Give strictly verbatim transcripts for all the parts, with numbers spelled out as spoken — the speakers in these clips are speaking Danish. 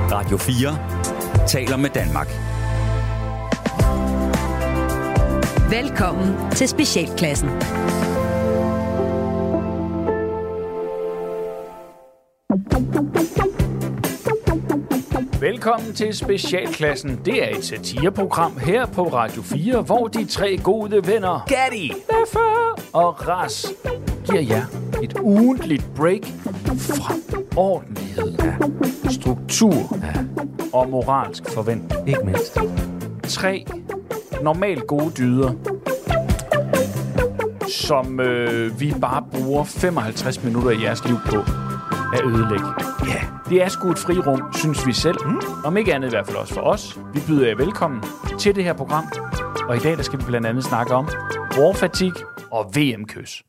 Radio fire taler med Danmark. Velkommen til Specialklassen. Velkommen til Specialklassen. Det er et satireprogram her på Radio fire, hvor de tre gode venner, Gatti, Leffe og Ras, giver jer et ugentligt break fra ordentlighed, struktur og moralsk forventning. Ikke mindst. Tre normalt gode dyder, som øh, vi bare bruger femoghalvtreds minutter i jeres liv på at ødelægge. Ja, det er sgu et frirum, synes vi selv. Mm. Om ikke andet i hvert fald også for os. Vi byder jer velkommen til det her program. Og i dag der skal vi blandt andet snakke om warfatigue og V M-kys.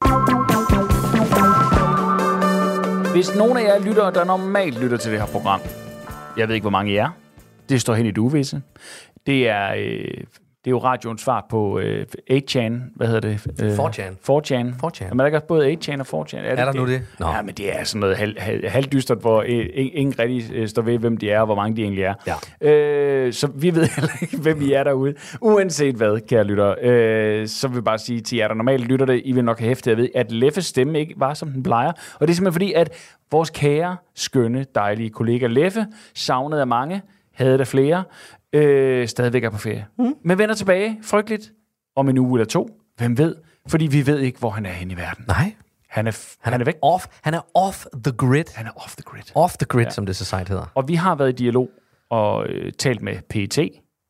Hvis nogen af jer lyttere, der normalt lytter til det her program, jeg ved ikke, hvor mange I er, det står hen i det uvisse. Det er... Øh, Det er jo radioens svar på øh, otte chan. Hvad hedder det? Øh, four chan. four chan. four chan. Jamen, er der ikke både otte chan og four chan? Er, er det der det? nu det? Nå. Ja, men det er sådan noget halv, halv, halvdystert, hvor øh, ingen rigtig øh, står ved, hvem de er, og hvor mange de egentlig er. Ja. Øh, så vi ved heller ikke, hvem I er derude. Uanset hvad, kære lytter. Øh, så vil jeg bare sige til jer, der normalt lytter det, I vil nok have hæftet at vide, at Leffes stemme ikke var, som den plejer. Og det er simpelthen fordi, at vores kære, skønne, dejlige kollega Leffe, savnede af mange, havde der flere, Øh, stadigvæk er på ferie. Mm. Men vender tilbage, frygteligt, om en uge eller to. Hvem ved? Fordi vi ved ikke, hvor han er henne i verden. Nej. Han er, f- han han er væk. Off, han er off the grid. Han er off the grid. Off the grid, ja. Som det så sejt hedder. Og vi har været i dialog og øh, talt med P E T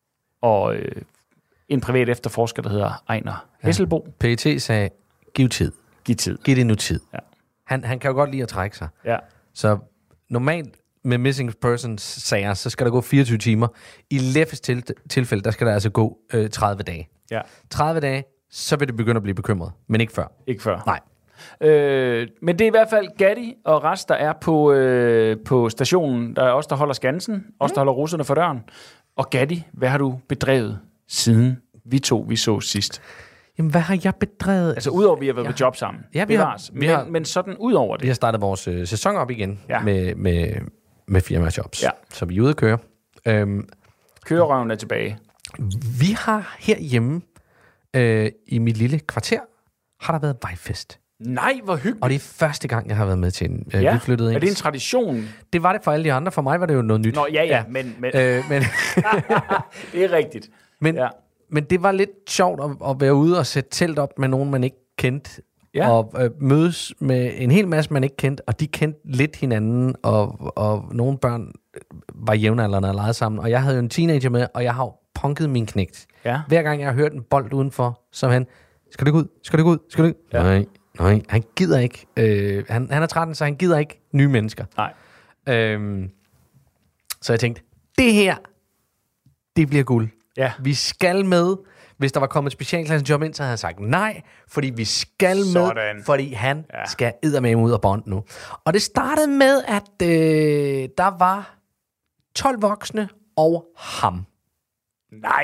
og øh, en privat efterforsker, der hedder Ejner ja. Hesselbo. P E T sagde, giv tid. Giv tid. Giv det nu tid. Ja. Han, han kan jo godt lide at trække sig. Ja. Så normalt med missing persons sager, så skal der gå fireogtyve timer. I Leffes til, tilfælde, der skal der altså gå øh, tredive dage. Ja. tredive dage, så vil det begynde at blive bekymret. Men ikke før. Ikke før. Nej. Øh, men det er i hvert fald Gatti og Ras, der er på, øh, på stationen. Der er os, der holder Skansen. Mm. Os, der holder russerne for døren. Og Gatti, hvad har du bedrevet siden vi to, vi så sidst? Jamen, hvad har jeg bedrevet? Altså, udover at vi har været ja. på job sammen. Ja, vi har, men, vi har, men sådan udover det. Vi har startet vores øh, sæson op igen ja. med, med, med firmajobs. Ja. Så vi er ude at køre. Øhm, Kørerøven er tilbage. Vi har herhjemme øh, i mit lille kvarter, har der været vejfest. Nej, hvor hyggeligt. Og det er første gang, jeg har været med til en. Øh, ja. Vi flyttede ind. Er det en tradition? Det var det for alle de andre. For mig var det jo noget nyt. Nå, ja, ja. Men, men... Øh, men det er rigtigt. Men, ja. men det var lidt sjovt at, at være ude og sætte telt op med nogen, man ikke kendte. Ja. Og øh, mødes med en hel masse, man ikke kendte. Og de kendte lidt hinanden. Og, og nogle børn var jævnaldrende og legede sammen. Og jeg havde jo en teenager med, og jeg har jo punket min knægt. Ja. Hver gang jeg har hørt en bold udenfor, så han, skal du gå ud? Skal du gå ud? Skal du gå ud? Ja. Nej, nej, han gider ikke. Øh, han, han er tretten, så han gider ikke nye mennesker. Nej. Øhm, så jeg tænkte, det her, det bliver guld. Ja. Vi skal med. Hvis der var kommet specialklassen job ind, så havde han sagt nej, fordi vi skal Sådan. med, fordi han ja. skal eddermame ud af bånd nu. Og det startede med, at øh, der var tolv voksne og ham. Nej.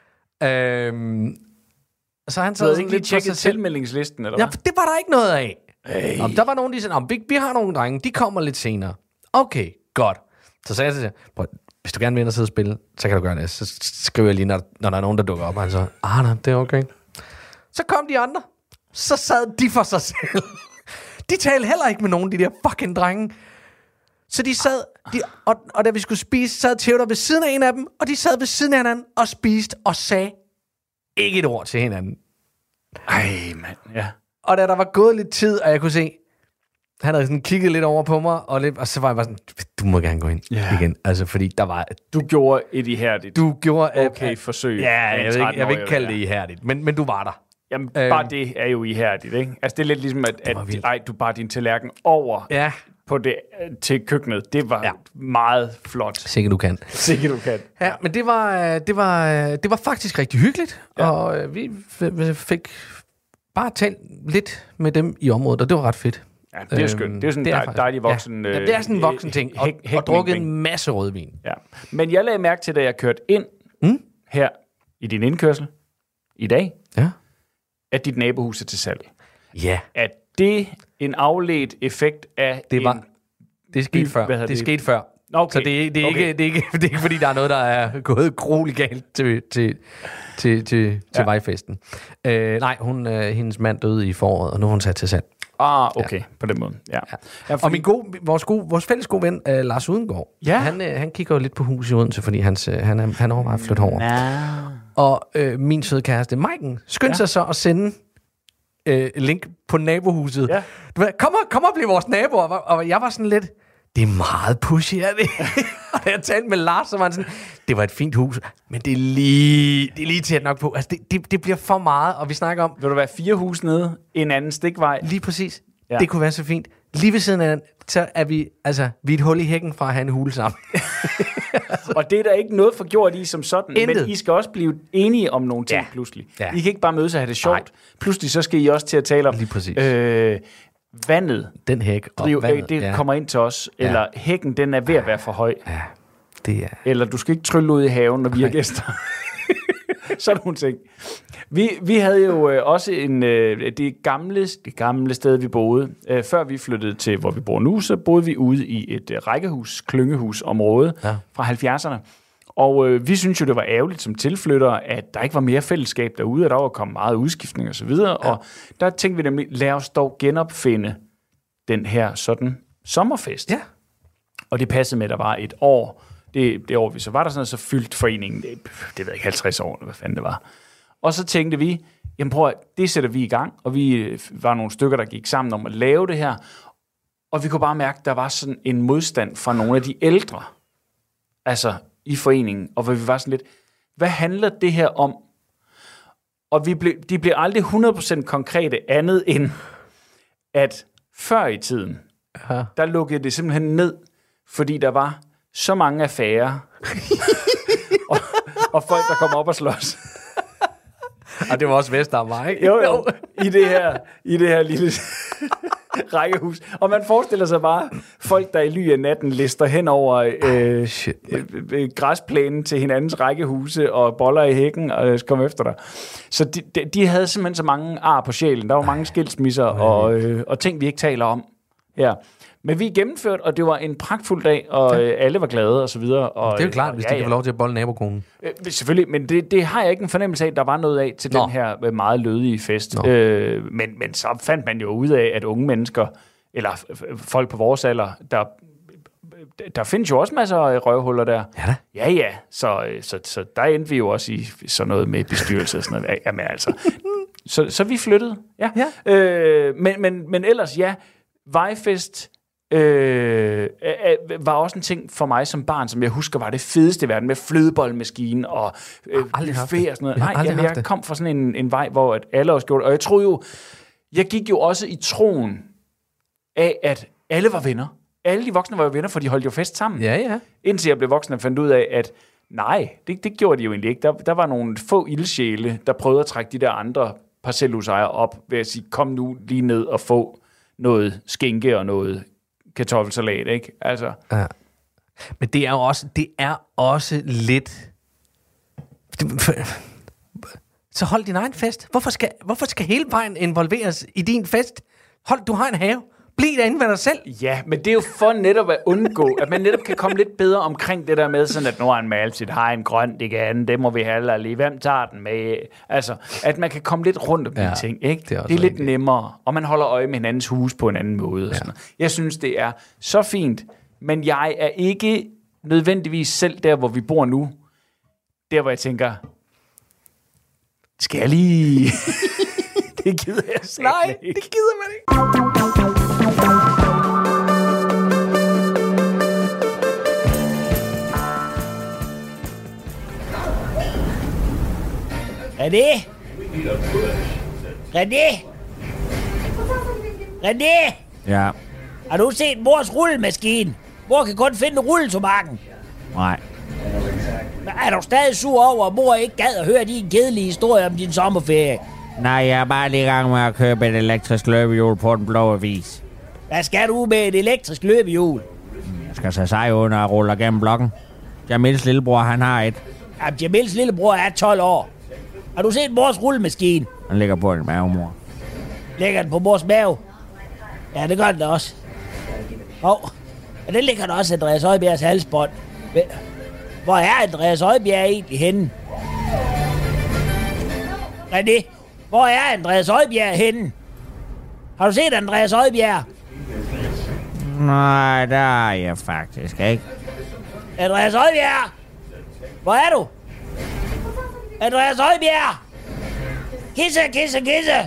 Øhm, så han så havde ikke lige tjekket tilmeldingslisten, eller hvad? Ja, det var der ikke noget af. Hey. Om, der var nogen, der sagde, vi, vi har nogle drenge, de kommer lidt senere. Okay, godt. Så sagde jeg til ham, hvis du gerne vil ind og sidde og spille, så kan du gøre det. Så skriver jeg lige, når, når der er nogen, der dukker op, og han så, ah, nej, det er okay. Så kom de andre. Så sad de for sig selv. De talte heller ikke med nogen, de der fucking drenge. Så de sad, de, og, og da vi skulle spise, sad Theodor ved siden af en af dem, og de sad ved siden af hinanden og spiste og sagde ikke et ord til hinanden. Ej, mand, ja. Og da der var gået lidt tid, og jeg kunne se, han havde sådan kigget lidt over på mig, og, lidt, og så var jeg bare sådan, du må gerne gå ind yeah. igen. Altså, fordi der var... Du gjorde et ihærdigt. Du gjorde... Okay, forsøg. Ja, jeg vil, ikke, jeg vil ikke kalde det ihærdigt, men, men du var der. Jamen, øhm, bare det er jo ihærdigt, ikke? Altså, det er lidt ligesom, at, at ej, du bar din tallerken over ja. på det, til køkkenet. Det var ja. meget flot. Sikkert du kan. Sikkert du kan. Ja, ja, men det var, det var, det var faktisk rigtig hyggeligt, ja. og vi fik bare talt lidt med dem i området, og det var ret fedt. Ja, det er skønt. Det er sådan en dej, dejlig voksen... Ja. Ja, det er sådan en voksen ting. Og, hæk, og drukket en masse rødvin. Ja. Men jeg lagde mærke til, da jeg kørte ind mm? her i din indkørsel i dag, ja. at dit nabohus er til salg. Ja. At det en afledt effekt af det var, en... Det skete by, før. Det, det skete før. Okay. Så det er, det, er okay. ikke, det, er ikke, det er ikke, fordi der er noget, der er gået grueligt galt til, til, til, til, til Ja. vejfesten. Øh, nej, hun, øh, hendes mand døde i foråret, og nu er hun sat til salg. Ah, okay, ja. På den måde. Ja. Ja. Ja, Og min gode, vores, gode, vores fælles gode ven, øh, Lars Udengård, Ja. han, øh, han kigger jo lidt på hus i Odense, fordi hans, øh, han, er, han overvejer at flytte over. Ja. Og øh, min søde kæreste, Maiken, skyndte Ja. sig så at sende øh, link på nabohuset. Ja. Du ved, kom og, kom og bliv vores naboer. Og, og jeg var sådan lidt, det er meget pushy, er det? Og da jeg talte med Lars, så var han sådan, det var et fint hus, men det er lige, det er lige tæt nok på. Altså, det, det, det bliver for meget, og vi snakker om, Vil du være fire hus nede, en anden stikvej? lige præcis, Ja. ja. Det kunne være så fint. Lige ved siden af den, så er vi, altså, vi er et hul i hækken fra at have en hule sammen. Og det er der ikke noget for gjort i som sådan, Intet. men I skal også blive enige om nogle ting Ja. pludselig. Ja. I kan ikke bare mødes og have det sjovt. Nej. Pludselig så skal I også til at tale om Lige præcis. øh, vandet. Den hæk og Driv, vandet. det ja. kommer ind til os, Ja. eller hækken den er ved at være for høj, ja, det er... eller du skal ikke trylle ud i haven, når vi er gæster. Sådan nogle ting. Vi, vi havde jo øh, også en, øh, det, gamle, det gamle sted, vi boede. Øh, før vi flyttede til, hvor vi bor nu, så boede vi ude i et øh, rækkehus, klyngehusområde Ja. fra halvfjerdserne. Og øh, vi synes jo, det var ærgerligt som tilflyttere, at der ikke var mere fællesskab derude, at der var kommet meget udskiftning og så videre. Ja. Og der tænkte vi nemlig, lad os dog genopfinde den her sådan sommerfest. Ja. Og det passede med, at der var et år. Det, det år, vi så var der sådan noget, så fyldt foreningen, det, det ved jeg ikke, halvtreds år, eller hvad fanden det var. Og så tænkte vi, jamen prøv at, det sætter vi i gang, og vi øh, var nogle stykker, der gik sammen om at lave det her. Og vi kunne bare mærke, at der var sådan en modstand fra nogle af de ældre, altså i foreningen, og hvor vi var sådan lidt, hvad handler det her om? Og vi blev, de blev aldrig hundrede procent konkrete andet end, at før i tiden, Ja. der lukkede det simpelthen ned, fordi der var så mange affærer, og, og folk, der kom op og slås. Og det var også Vestammer, ikke? Jo, jo, i det her, i det her lille rækkehus. Og man forestiller sig bare folk, der i ly af natten lister hen over øh, Shit. øh, øh, græsplænen til hinandens rækkehuse og boller i hækken og kom efter dig. Så de, de, de havde simpelthen så mange ar på sjælen. Der var mange skilsmisser og, øh, og ting, vi ikke taler om her. Men vi er gennemført, og det var en pragtfuld dag, og øh, alle var glade og så videre. Og, Det er jo klart, og, hvis ja, de kan ja. få lov til at bolle nabokonen. Øh, selvfølgelig, men det, det har jeg ikke en fornemmelse af, at der var noget af til Nå. den her øh, meget lødige fest. Nå. Øh, men, men så fandt man jo ud af, at unge mennesker, eller f- f- folk på vores alder, der, der findes jo også masser af røvhuller der. Ja da. Ja, ja. Så, øh, så, så der endte vi jo også i sådan noget med bestyrelse og sådan noget. Jamen altså. Så, så vi flyttede, ja. Ja. Øh, men, men, men ellers, ja, vejfest øh, øh, var også en ting for mig som barn, som jeg husker var det fedeste i verden, med flødeboldmaskine og øh, aldrig haft buffet det. og sådan noget. Jeg har Nej, aldrig jamen, haft jeg det. kom fra sådan en, en vej, hvor at alle også gjorde det. Og jeg troede jo, jeg gik jo også i troen af, at alle var venner. Alle de voksne var jo venner, for de holdt jo fest sammen. Ja, ja. Indtil jeg blev voksen og fandt ud af, at nej, det, det gjorde de jo egentlig ikke. Der, der var nogle få ildsjæle, der prøvede at trække de der andre parcelhusejere op ved at sige, kom nu lige ned og få noget skinke og noget kartoffelsalat, ikke? Altså, Ja. Men det er jo også, det er også lidt... Så hold din egen fest. Hvorfor skal, hvorfor skal hele vejen involveres i din fest? Hold, du har en have. Bliv derinde med dig selv. ja, men det er jo for netop at undgå, at man netop kan komme lidt bedre omkring det der med, sådan at nu har en malet sit har en grønt igen, det må vi heller lige, hvem tager den med? Altså, at man kan komme lidt rundt om de Ja, ting, ikke? det Det er er, også det er lidt rigtigt. nemmere, og man holder øje med hinandens hus på en anden måde. Og sådan noget. Jeg synes, det er så fint, men jeg er ikke nødvendigvis selv der, hvor vi bor nu, der hvor jeg tænker, skal jeg lige... det gider jeg simpelthen ikke. det gider man ikke. René? René? René? Ja, Har du set mors rullemaskine? Mor kan kun finde rulletomakken. nej. Men er du stadig sur over, at mor ikke gad at høre din kedelige historie om din sommerferie? Nej, jeg er bare lige i gang med at købe et elektrisk løbehjul på den blå avis. Hvad skal du med et elektrisk løbehjul? Jeg skal så sej under og rulle gennem blokken. Jamils lillebror, han har et. Jamen, Jamils lillebror er tolv år. Har du set mors rullemaskine? Han ligger på en mave, mor. Lægger den på mors mave? Ja, det gør den også. Hov, Og den ligger der også Andreas Højbjergs halsbånd. Hvor er Andreas Højbjerg egentlig henne? René, hvor er Andreas Højbjerg henne? Har du set Andreas Højbjerg? Nej, der er jeg faktisk ikke. Andreas Højbjerg! Hvor er du? Andreas Højbjerg! Kisse, kisse, kisse!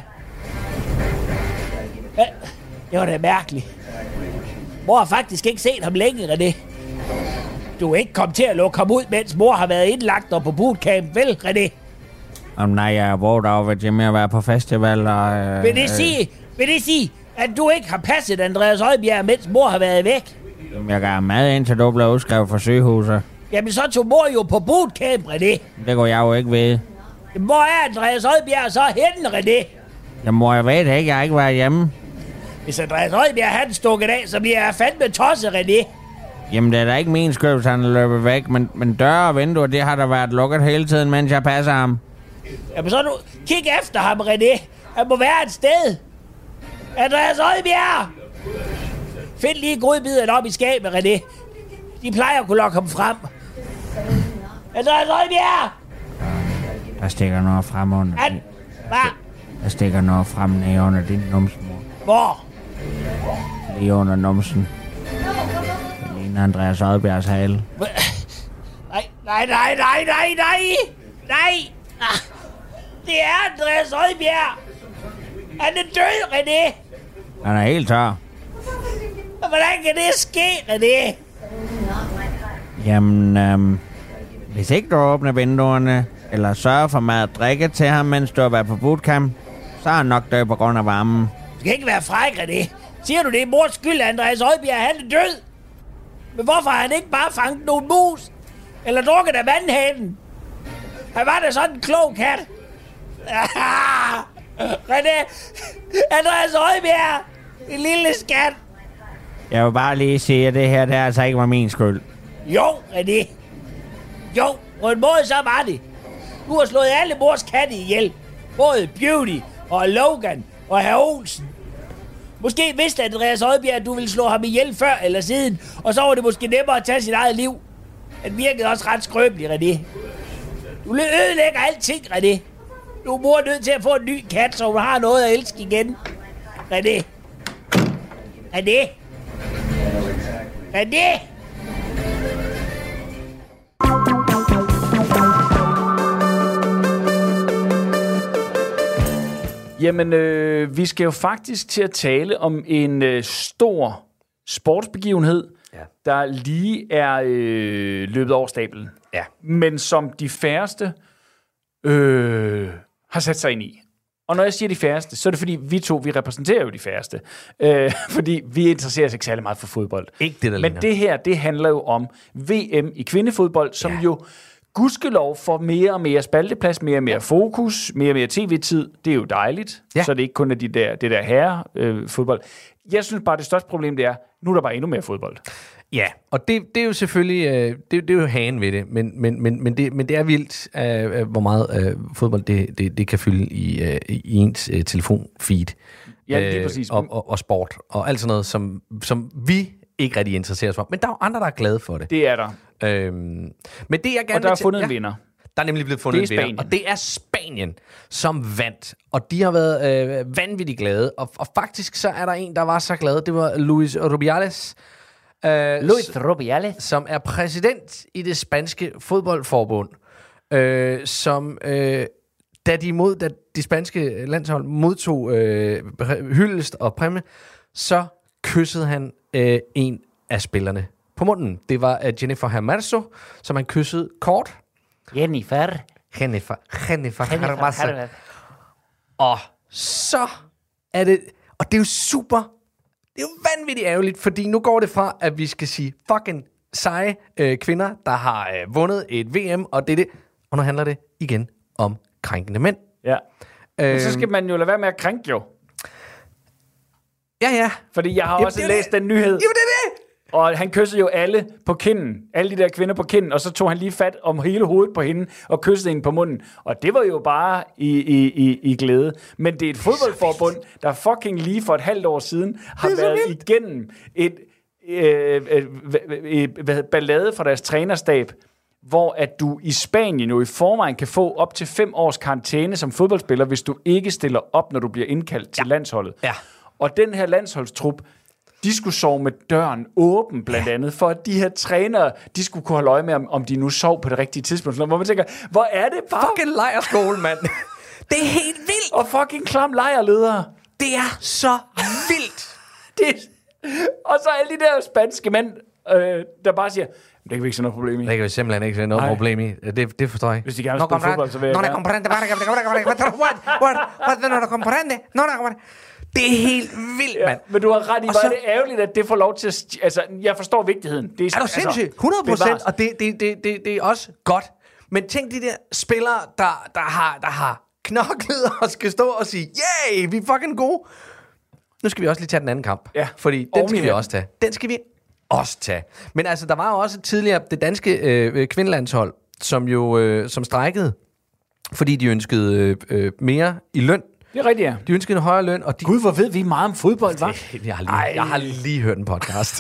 Det var da mærkeligt. Mor har faktisk ikke set ham længe, René. Du er ikke kommet til at lukke ham ud, mens mor har været indlagt og på bootcamp, vel, René? Om nej, jeg er våget over til med at være på festival og... Øh, vil, det sige, vil det sige, at du ikke har passet Andreas Højbjerg, mens mor har været væk? Øh, jeg gav mad ind, til du blev udskrevet fra sygehuset. Jamen, så tog mor jo på bootcamp, René. Det kunne jeg jo ikke ved. Jamen, hvor er Andreas Højbjerg så henne, René? Jamen, mor, jeg ved ikke. Jeg har ikke været hjemme. Hvis Andreas Højbjerg havde stukket af, så bliver jeg fandme tosset, René. Jamen, det er da ikke min skyld, hvis han er løbet væk. Men, men døre og vinduer, det har da været lukket hele tiden, mens jeg passer ham. Jamen, så nu kig efter ham, René. Han må være et sted. Andreas Højbjerg! Find lige godbiderne op i skabet, René. De plejer at kunne lokke ham frem. Andreas Højbjerg! Der stikker noget frem under Han... din... Hvad? Der stikker noget frem ned under din numsen, mor. Hvor? Lige under numsen. Det ligner Andreas Højbjergs hale. Nej, nej, nej, nej, nej, nej! Nej! Ah, det er Andreas Højbjerg! Han er død, René! Han er helt tør. Hvordan kan det ske, René? Jamen, øhm, hvis ikke du åbner vinduerne, eller sørger for mad og drikke til ham, mens du har været på bootcamp, så er han nok død på grund af varmen. Du skal ikke være fræk, René. Siger du, det er mors skyld, at Andreas Højbjerg, han er død? Men hvorfor har han ikke bare fanget nogle mus? Eller drukket af vandhanen? Han var da sådan en klog kat. René, Andreas Højbjerg, en lille skat. Jeg vil bare lige sige, at det her, det altså ikke var min skyld. Jo, René. Jo, på en måde så var det. Du har slået alle mors katte ihjel. Både Beauty og Logan og herr Olsen. Måske vidste Andreas Højbjerg, at du ville slå ham ihjel før eller siden, og så var det måske nemmere at tage sit eget liv. Han virkede også ret skrøbelig, René. Du ødelægger alting, René. Du er mor nødt til at få en ny kat, så hun har noget at elske igen. René. René. René. Jamen, øh, vi skal jo faktisk til at tale om en øh, stor sportsbegivenhed, ja. der lige er øh, løbet over stablen. Ja. Men som de færreste øh, har sat sig ind i. Og når jeg siger de færreste, så er det fordi, vi to, vi repræsenterer jo de færreste. Øh, fordi vi interesserer os ikke særlig meget for fodbold. Ikke det, der Men ligner. Det her, det handler jo om V M i kvindefodbold, som ja. jo gudskelov får mere og mere spalteplads, mere og mere fokus, mere og mere tv-tid. Det er jo dejligt, ja. så det er ikke kun er de der, det der herre øh, fodbold. Jeg synes bare, det største problem, det er, nu er der bare endnu mere fodbold. Ja, og det, det er jo selvfølgelig, øh, det, det er jo hagen ved det, men, men, men, men, det, men det er vildt, øh, hvor meget øh, fodbold det, det, det kan fylde i, øh, i ens øh, telefonfeed. Ja, lige præcis. Og, og, og sport, og alt sådan noget, som, som vi ikke rigtig interesserer os for. Men der er jo andre, der er glade for det. Det er der. Øhm, men det, jeg gerne og der er til, fundet ja, en vinder. Der er nemlig blevet fundet en vinder, og det er Spanien, som vandt. Og de har været øh, vanvittigt glade, og, og faktisk så er der en, der var så glad. Det var Luis Rubiales, øh, Luis Rubiales, som er præsident i det spanske fodboldforbund, øh, som øh, da de mod, da de spanske landshold modtog øh, hyldest og præmie, så kyssede han øh, en af spillerne på munden. Det var uh, Jennifer Hermoso, som han kyssede kort. Jennifer. Jennifer. Jennifer, Jennifer Hermoso. Og så er det... Og det er jo super... Det er jo vanvittigt ærgerligt, fordi nu går det fra, at vi skal sige fucking seje øh, kvinder, der har øh, vundet et V M, og det er det. Og nu handler det igen om krænkende mænd. Ja. Øh, Men så skal man jo lade være med at krænke, jo. Ja, ja. Fordi jeg har Jamen, også det læst det. den nyhed. Jo, det er det! Og han kyssede jo alle på kinden. Alle de der kvinder på kinden. Og så tog han lige fat om hele hovedet på hende og kyssede hende på munden. Og det var jo bare i, i, i, i glæde. Men det er et fodboldforbund, der fucking lige for et halvt år siden har været igennem et, øh, øh, øh, øh, ballade fra deres trænerstab, hvor at du i Spanien jo i forvejen kan få op til fem års karantæne som fodboldspiller, hvis du ikke stiller op, når du bliver indkaldt til Ja. landsholdet. Ja. Og den her landsholdstrup, de skulle sove med døren åben, blandt andet, for at de her trænere, de skulle kunne holde øje med, om, om de nu sov på det rigtige tidspunkt. Hvor man tænker, hvor er det bare... Fucking lejrskole, mand. Det er helt vildt. Og fucking klam lejrledere. Det er så vildt. Det, og så alle de der spanske mænd, øh, der bare siger, det kan vi ikke se noget problem i. Det kan vi simpelthen ikke se noget Nej. problem i. Det, det forstår jeg ikke. Hvis de gerne vil spille fodbold, så vil jeg Nå, der gerne. comprende. What? What? What? Nå, der comprende. Nå, der comprende. Det er helt vildt, Ja, mand. men du har ret i, Og hvor så- er det ærgerligt, at det får lov til at... sti- Altså, jeg forstår vigtigheden. Det Er du sindssygt? hundrede procent, bevares. og det, det, det, det, det er også godt. Men tænk de der spillere, der, der, har, der har knoklet og skal stå og sige, yay, vi er fucking gode. Nu skal vi også lige tage den anden kamp. Ja. Fordi den Oven i skal vi hatten. også tage. Den skal vi også tage. Men altså, der var jo også tidligere det danske øh, kvindelandshold, som jo øh, som strejkede, fordi de ønskede øh, øh, mere i løn. Det er rigtigt, ja. De ønskede en højere løn, og de... Gud, hvor ved vi meget om fodbold, hva'? Jeg har lige, jeg har lige hørt en podcast.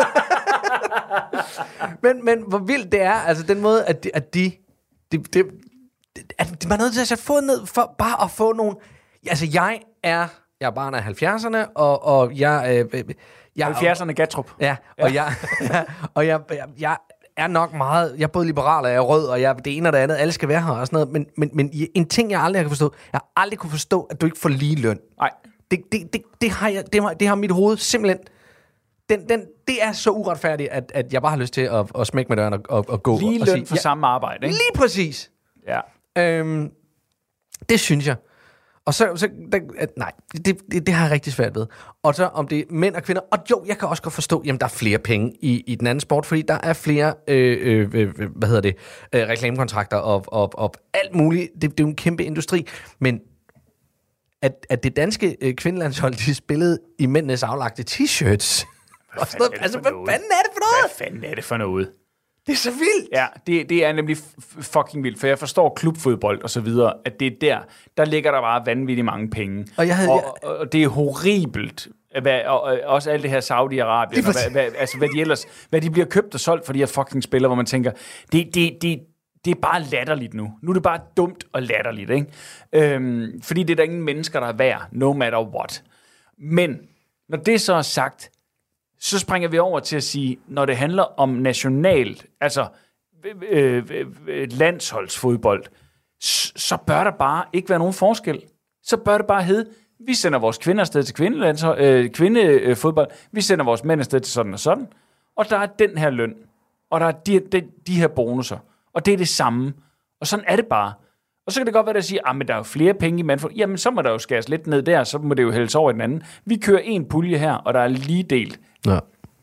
men, men hvor vildt det er, altså den måde, at de, at de, de, de, at de var nødt til at sætte fod ned for bare at få nogle... Altså jeg er, jeg er barn af halvfjerdserne, og, og jeg... Øh, jeg halvfjerdserne Gatrup. Ja, og jeg, og jeg, jeg, jeg er nok meget, jeg er både liberal og jeg er rød, og jeg det ene og det andet, alle skal være her og sådan noget, men, men, men en ting, jeg aldrig har kunne forstå, jeg har aldrig kunne forstå, at du ikke får lige løn. Nej. Det, det, det, det, har jeg, det, har, det har mit hoved simpelthen, den, den, det er så uretfærdigt, at, at jeg bare har lyst til at, at smække med døren og, og, og gå. Lige og løn sige, for ja, samme arbejde, ikke? lige præcis. Ja. Øhm, det synes jeg. Og så, så der, at, nej, det, det, det har jeg rigtig svært ved. Og så om det er mænd og kvinder. Og jo, jeg kan også godt forstå, jamen der er flere penge i, i den anden sport, fordi der er flere, øh, øh, øh, hvad hedder det, øh, reklamekontrakter og, og, og alt muligt. Det, det er jo en kæmpe industri. Men at, at det danske øh, kvindelandshold, de spillede i mændenes aflagte t-shirts. Og sådan noget. Altså, hvad fanden er det for noget? Hvad fanden er det for noget? Det er så vildt. Ja, det, det er nemlig f- fucking vildt, for jeg forstår klubfodbold og så videre, at det er der, der ligger der bare vanvittigt mange penge. Og jeg havde- og, og, og det er horribelt, hvad, og, og også alt det her Saudi-Arabien, og hvad, hvad, altså hvad de ellers, hvad de bliver købt og solgt for de her fucking spillere, hvor man tænker, det, det, det, det er bare latterligt nu. Nu er det bare dumt og latterligt, ikke? Øhm, fordi det er der ingen mennesker, der er værd, no matter what. Men, når det så er sagt, så springer vi over til at sige, når det handler om nationalt, altså øh, øh, landsholdsfodbold, så bør der bare ikke være nogen forskel. Så bør det bare hedde, vi sender vores kvinder afsted til kvindelandshold, øh, kvindefodbold, vi sender vores mænd afsted til sådan og sådan, og der er den her løn, og der er de, de, de her bonusser, og det er det samme. Og sådan er det bare. Og så kan det godt være, at jeg siger, at der er jo flere penge i mandfod. Jamen, så må der jo skæres lidt ned der, så må det jo hældes over i den anden. Vi kører en pulje her, og der er lige delt. Ja.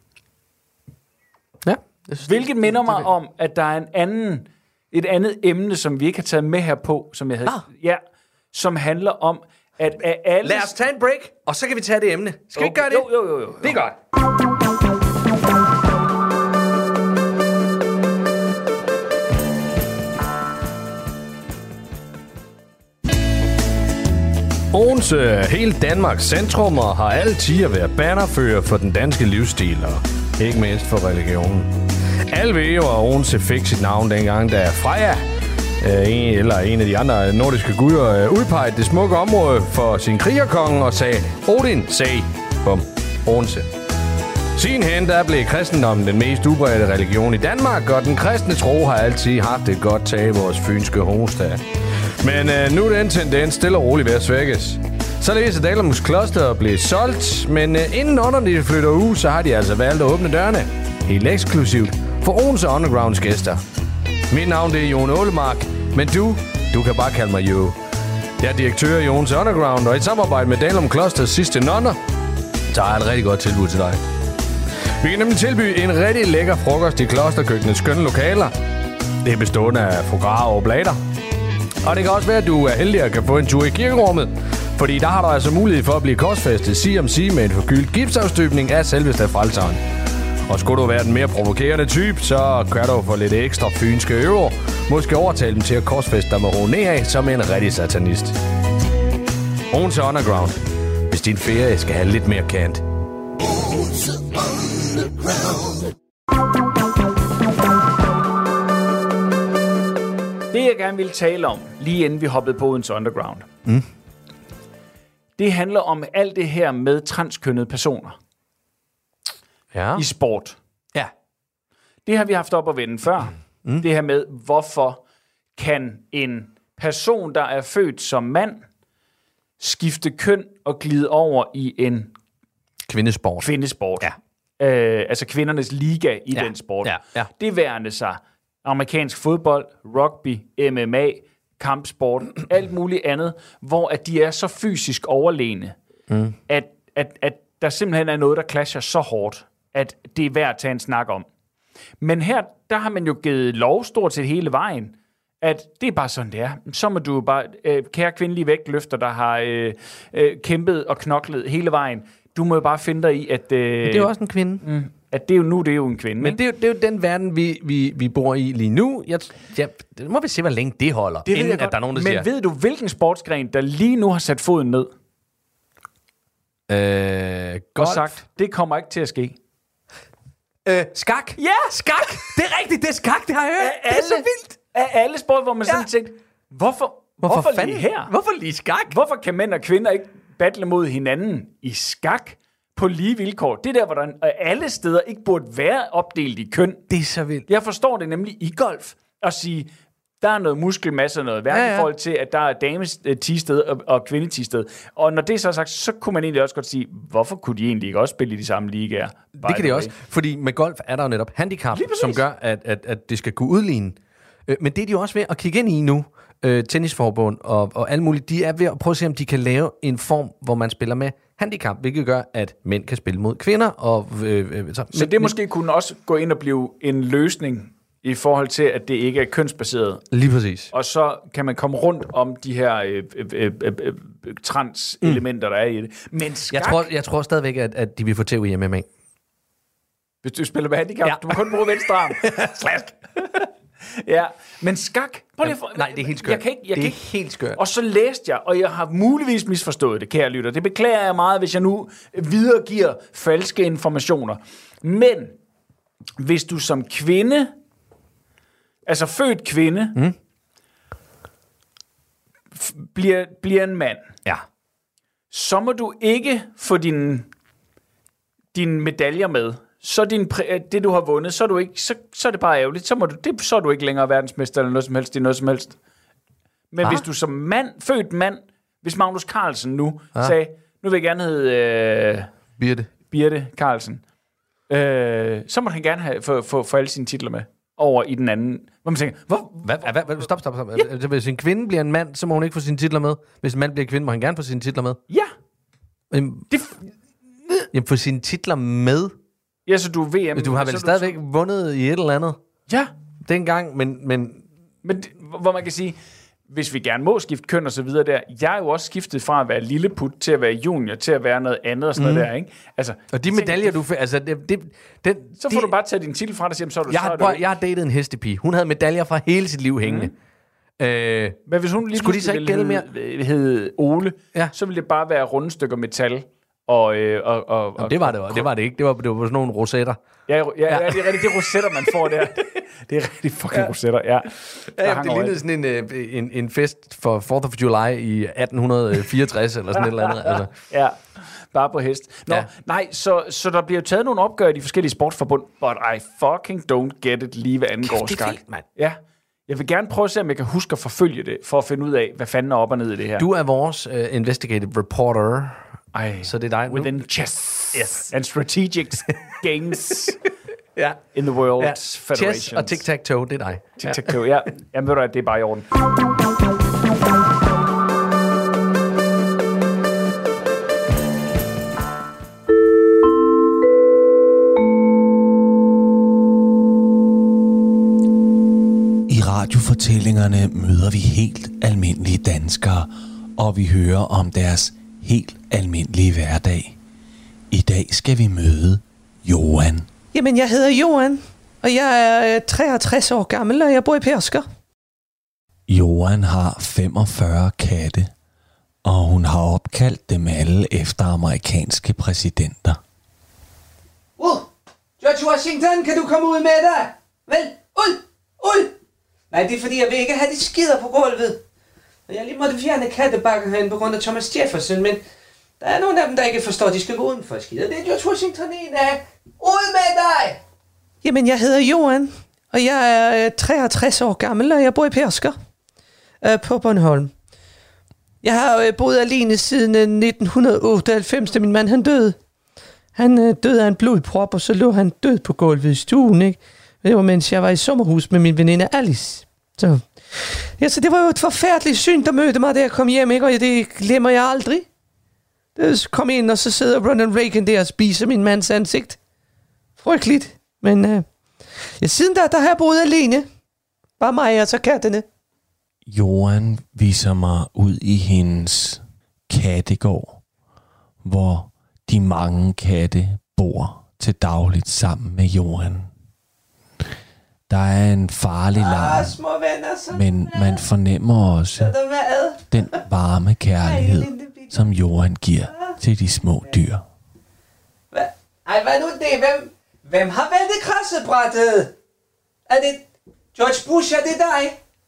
Ja. Synes, Hvilket minder mig om, at der er en anden, et andet emne, som vi ikke har taget med her på, som jeg havde, Ah. ja, som handler om, at af alle... Lad os tage en break, og så kan vi tage det emne. Skal vi ikke gøre det? Jo, jo, jo, jo. Det er godt. Odense, hele Danmarks centrum, og har altid været bannerfører for den danske livsstil, og ikke mindst for religionen. Alle ved jo, at Odense fik sit navn dengang, da Freja, øh, en, eller en af de andre nordiske guder, øh, udpegede det smukke område for sin krigerkonge og sagde, Odin, sag, bum, Odense. Sidenhen der blev kristendommen den mest udbredte religion i Danmark, og den kristne tro har altid haft et godt tag i vores fynske hovedstad. Men øh, nu er den tendens stille og roligt ved at svækkes. Således er Dahlums Kloster blevet solgt, men øh, inden under de flytter ud, så har de altså valgt at åbne dørene. Helt eksklusivt for Odense Undergrounds gæster. Mit navn det er Jon Ålemark, men du, du kan bare kalde mig Jo. Jeg er direktør i Odense Underground, og i samarbejde med Dahlum Klosters sidste nonner, så har jeg et rigtig godt tilbud til dig. Vi kan nemlig tilbyde en rigtig lækker frokost i klosterkøkkenets skønne lokaler. Det er bestående af foie gras og blader. Og det kan også være, at du er heldig at kan få en tur i kirkerummet, fordi der har du altså mulighed for at blive korsfæstet sige om sige med en forgyldt gipsafstøbning af selveste frelseren. Og skulle du være den mere provokerende type, så kan du få lidt ekstra fynske øver. Måske overtale dem til at korsfæste dig med ro af som en rigtig satanist. Odense Underground. Hvis din ferie skal have lidt mere kant. Odense Underground. Det, jeg gerne vil tale om, lige inden vi hoppede på Odense Underground, mm. det handler om alt det her med transkønnede personer Ja. i sport. Ja. Det har vi haft op at vende før. Mm. Det her med, hvorfor kan en person, der er født som mand, skifte køn og glide over i en Kvindesport. kvindesport. Ja. Øh, altså kvindernes liga i Ja. den sport. Ja. Ja. Det værende sig amerikansk fodbold, rugby, M M A, kampsport, alt muligt andet, hvor at de er så fysisk overlegne, mm. at, at, at der simpelthen er noget, der clasher så hårdt, at det er værd at tage en snak om. Men her, der har man jo givet lov stort set hele vejen, at det er bare sådan, det er. Så må du bare, øh, kære kvindelige vægtløfter, der har øh, øh, kæmpet og knoklet hele vejen, du må jo bare finde dig i, at... Øh, Det er jo også en kvinde. mm, at det er jo nu, det er jo en kvinde. Men det er, jo, det er jo den verden, vi, vi, vi bor i lige nu. Jeg, jeg, det må vi se, hvor længe det holder, det inden at at der er nogen, der Men siger... ved du, hvilken sportsgren, der lige nu har sat foden ned Øh, og golf. sagt, det kommer ikke til at ske? Øh, skak. Ja! Skak! Det er rigtigt, det er skak, det har jeg hørt. Af Det er så alle- vildt. Af alle sport, hvor man sådan Ja. tænkte, hvorfor, Hvorfor, hvorfor fanden lige her? Hvorfor lige skak? Hvorfor kan mænd og kvinder ikke battle mod hinanden i skak på lige vilkår? Det er der, hvor der alle steder ikke burde være opdelt i køn. Det er så vildt. Jeg forstår det nemlig i golf at sige, der er noget muskelmasse og noget værk Ja, ja, ja. ja. i forhold til, at der er dames-tisted og, og kvinde-tisted. Og når det så er sagt, så kunne man egentlig også godt sige, hvorfor kunne de egentlig ikke også spille i de samme ligaer? Det kan de også, fordi med golf er der jo netop handicap, Lige præcis. som gør, at, at, at det skal kunne udligne. Øh, Men det er de jo også ved at kigge ind i nu. Øh, tennisforbund og, og alle mulige, de er ved at prøve at se, om de kan lave en form, hvor man spiller med handicap, hvilket gør, at mænd kan spille mod kvinder. Og, øh, øh, så, Så men, det måske kunne også gå ind og blive en løsning i forhold til, at det ikke er kønsbaseret. Lige præcis. Og så kan man komme rundt om de her øh, øh, øh, øh, øh, trans-elementer, der er i det. Men skak, Jeg tror, jeg tror stadigvæk, at, at de vil få tæv i M M A. hvis du spiller med handicap, Ja. ja. du må kun bruge venstre arm. Slask. Ja, men skak... Prøv lige for, Nej, det er helt skørt. Jeg kan ikke, jeg det kan er ikke, helt skørt. Og så læste jeg, og jeg har muligvis misforstået det, kære lytter. Det beklager jeg meget, hvis jeg nu videregiver falske informationer. Men hvis du som kvinde, altså født kvinde, mm. f- bliver, bliver en mand, Ja. så må du ikke få dine din medaljer med. Så din præ- det, du har vundet, så er, du ikke, så, så er det bare ærgerligt. Så, må du, det, så er du ikke længere verdensmester eller noget som helst. Det er noget som helst. Men Ah. hvis du som mand, født mand, hvis Magnus Carlsen nu ah. sagde, nu vil jeg gerne hedde øh, Birte. Birte Carlsen, øh, så må han gerne have, få, få, få alle sine titler med over i den anden. Hvor man tænker, hvor, Hvad, hvad, hvad, stop, stop, stop. Ja. Hvis en kvinde bliver en mand, så må hun ikke få sine titler med. Hvis en mand bliver en kvinde, må han gerne få sine titler med. ja, Jamen, det, jamen få sine titler med. ja, så du er V M. Du har vel så stadigvæk vundet i et eller andet Ja, dengang, men, men men det, hvor man kan sige, hvis vi gerne må skifte køn og så videre der, jeg er jo også skiftet fra at være lilleput til at være junior, til at være noget andet og sådan mm. noget der, ikke? Altså, og de jeg medaljer, tænker, du fik, altså, det, det, den, så de, får du bare taget din titel fra dig, og siger, så er du, jeg så er har, du prøv, jeg har datet en hestepige. Hun havde medaljer fra hele sit liv hængende. Mm. Øh, Men hvis hun lige Skulle de så pludselig ikke ville gælde hedde, hedde Ole, Ja. ja. så ville det bare være runde stykker metal. Og, øh, og, og, og, det var det, og det var det ikke. Det var, det var sådan nogle rosetter. Ja, ja, ja, ja, det er rigtigt. Det er rosetter, man får der. Det er rigtig fucking ja. rosetter, ja. Ja, Der ja, hang det overalt. lignede sådan en, øh, en, en fest for fourth of July i atten fireogtres eller sådan et eller andet. Altså. Ja, bare på hest. Nå, Ja. ja. nej, så, så der bliver taget nogle opgør i de forskellige sportsforbund, but I fucking don't get it lige hvad angår Kæft, det er skak. vildt, mand. Ja, jeg vil gerne prøve at se, om jeg kan huske at forfølge det, for at finde ud af, hvad fanden er op og ned i det her. Du er vores uh, investigative reporter, Ej, så det er dig nu. within chess Yes. and strategic games Ja. in the world Ja. federations. Chess og tic-tac-toe, det er dig. Tic-tac-toe, ja. Jamen ved du hvad, det er bare i orden. I radiofortællingerne møder vi helt almindelige danskere, og vi hører om deres helt almindelige hverdag. I dag skal vi møde Johan. Jamen, jeg hedder Johan, og jeg er øh, treogtres år gammel, og jeg bor i Pærsker. Johan har femogfyrre katte, og hun har opkaldt dem alle efter amerikanske præsidenter. Well, George Washington, kan du komme ud med dig? Vel, ud, ud! Nej, det er fordi, jeg vil ikke have de skider på gulvet. Og jeg lige måtte fjerne kattebakken herinde på grund af Thomas Jefferson, men der er nogle af dem, der ikke forstår, at de skal gå udenfor skider. Det er George Washington en af. Ud med dig! Jamen, jeg hedder Johan, og jeg er øh, treogtres år gammel, og jeg bor i Pærsker øh, på Bornholm. Jeg har øh, boet alene siden øh, nitten otteoghalvfems, da min mand han døde. Han øh, døde af en blodprop, og så lå han død på gulvet i stuen, ikke? Det var, mens jeg var i sommerhus med min veninde Alice. Så, ja, så det var jo et forfærdeligt syn, der mødte mig, da jeg kom hjem, ikke? Og det glemmer jeg aldrig. Så kom ind, og så sidder Ronald Reagan der og spiser min mands ansigt. Frygteligt. Men øh, ja, siden da, der har jeg boet alene. Bare mig og så kattene. Johan viser mig ud i hendes kattegård, hvor de mange katte bor til dagligt sammen med Johan. Der er en farlig larm, Ah, små venner, så men man fornemmer også der mad. den varme kærlighed, som Johan giver til de små dyr. Hva? Ej, hvad nu det? Hvem, hvem har væltet krassebrættet? Er det George Bush? Er det dig?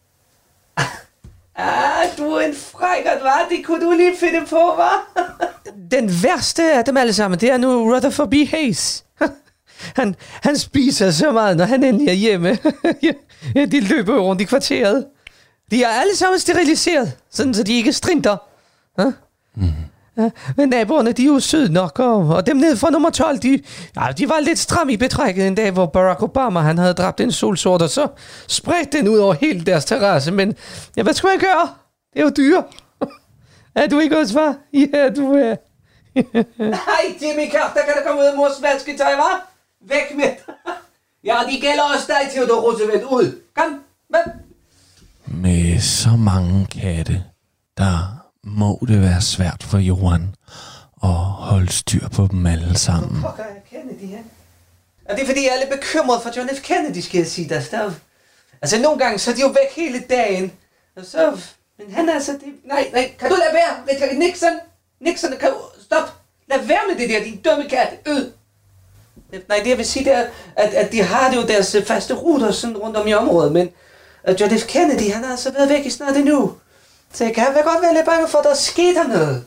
Ah, du er en frækkert, hva'? Det kunne du lige finde på, hva'? Den værste af dem alle sammen, det er nu Rutherford B. Hayes. Han, han spiser så meget, når han endelig er hjemme. Ja, de løber rundt i kvarteret. De er alle sammen steriliseret, sådan så de ikke strinter. Ja? Mm. Ja, men naboerne, de er jo søde nok, og, og dem nede fra nummer tolv, de, ja, de var lidt stramme i betrækket en dag, hvor Barack Obama, han havde dræbt en solsort, og så spredte den ud over hele deres terrasse. Men ja, hvad skal man gøre? Det er jo dyr. Er du ikke også, far? Ja, du er. Nej, Jimmy Carter, kan der komme ud af mors vasketøj, hva'? Væk med dig. Ja, de gælder også dig, Theodore Roosevelt. Ud. Kom, hvad? Med så mange katte, der må det være svært for Johan at holde styr på dem alle sammen. Hvor pokker er Kennedy her? Og det er fordi, jeg er lidt bekymret for John F. Kennedy, skal jeg sige. Der, der, altså, nogle gange, så er de jo væk hele dagen. Og så, men han er altså... Det, nej, nej, kan du lade være? Richard Nixon? Nixon, kan du... Stop! Lad være med det der, din dumme kat. Ød! Nej, det jeg vil sige, det er, at, at de har det jo deres faste ruter sådan rundt om i området, men uh, John F. Kennedy, han har altså været væk i snart endnu. Så jeg kan godt være lidt bange for, at der sker noget.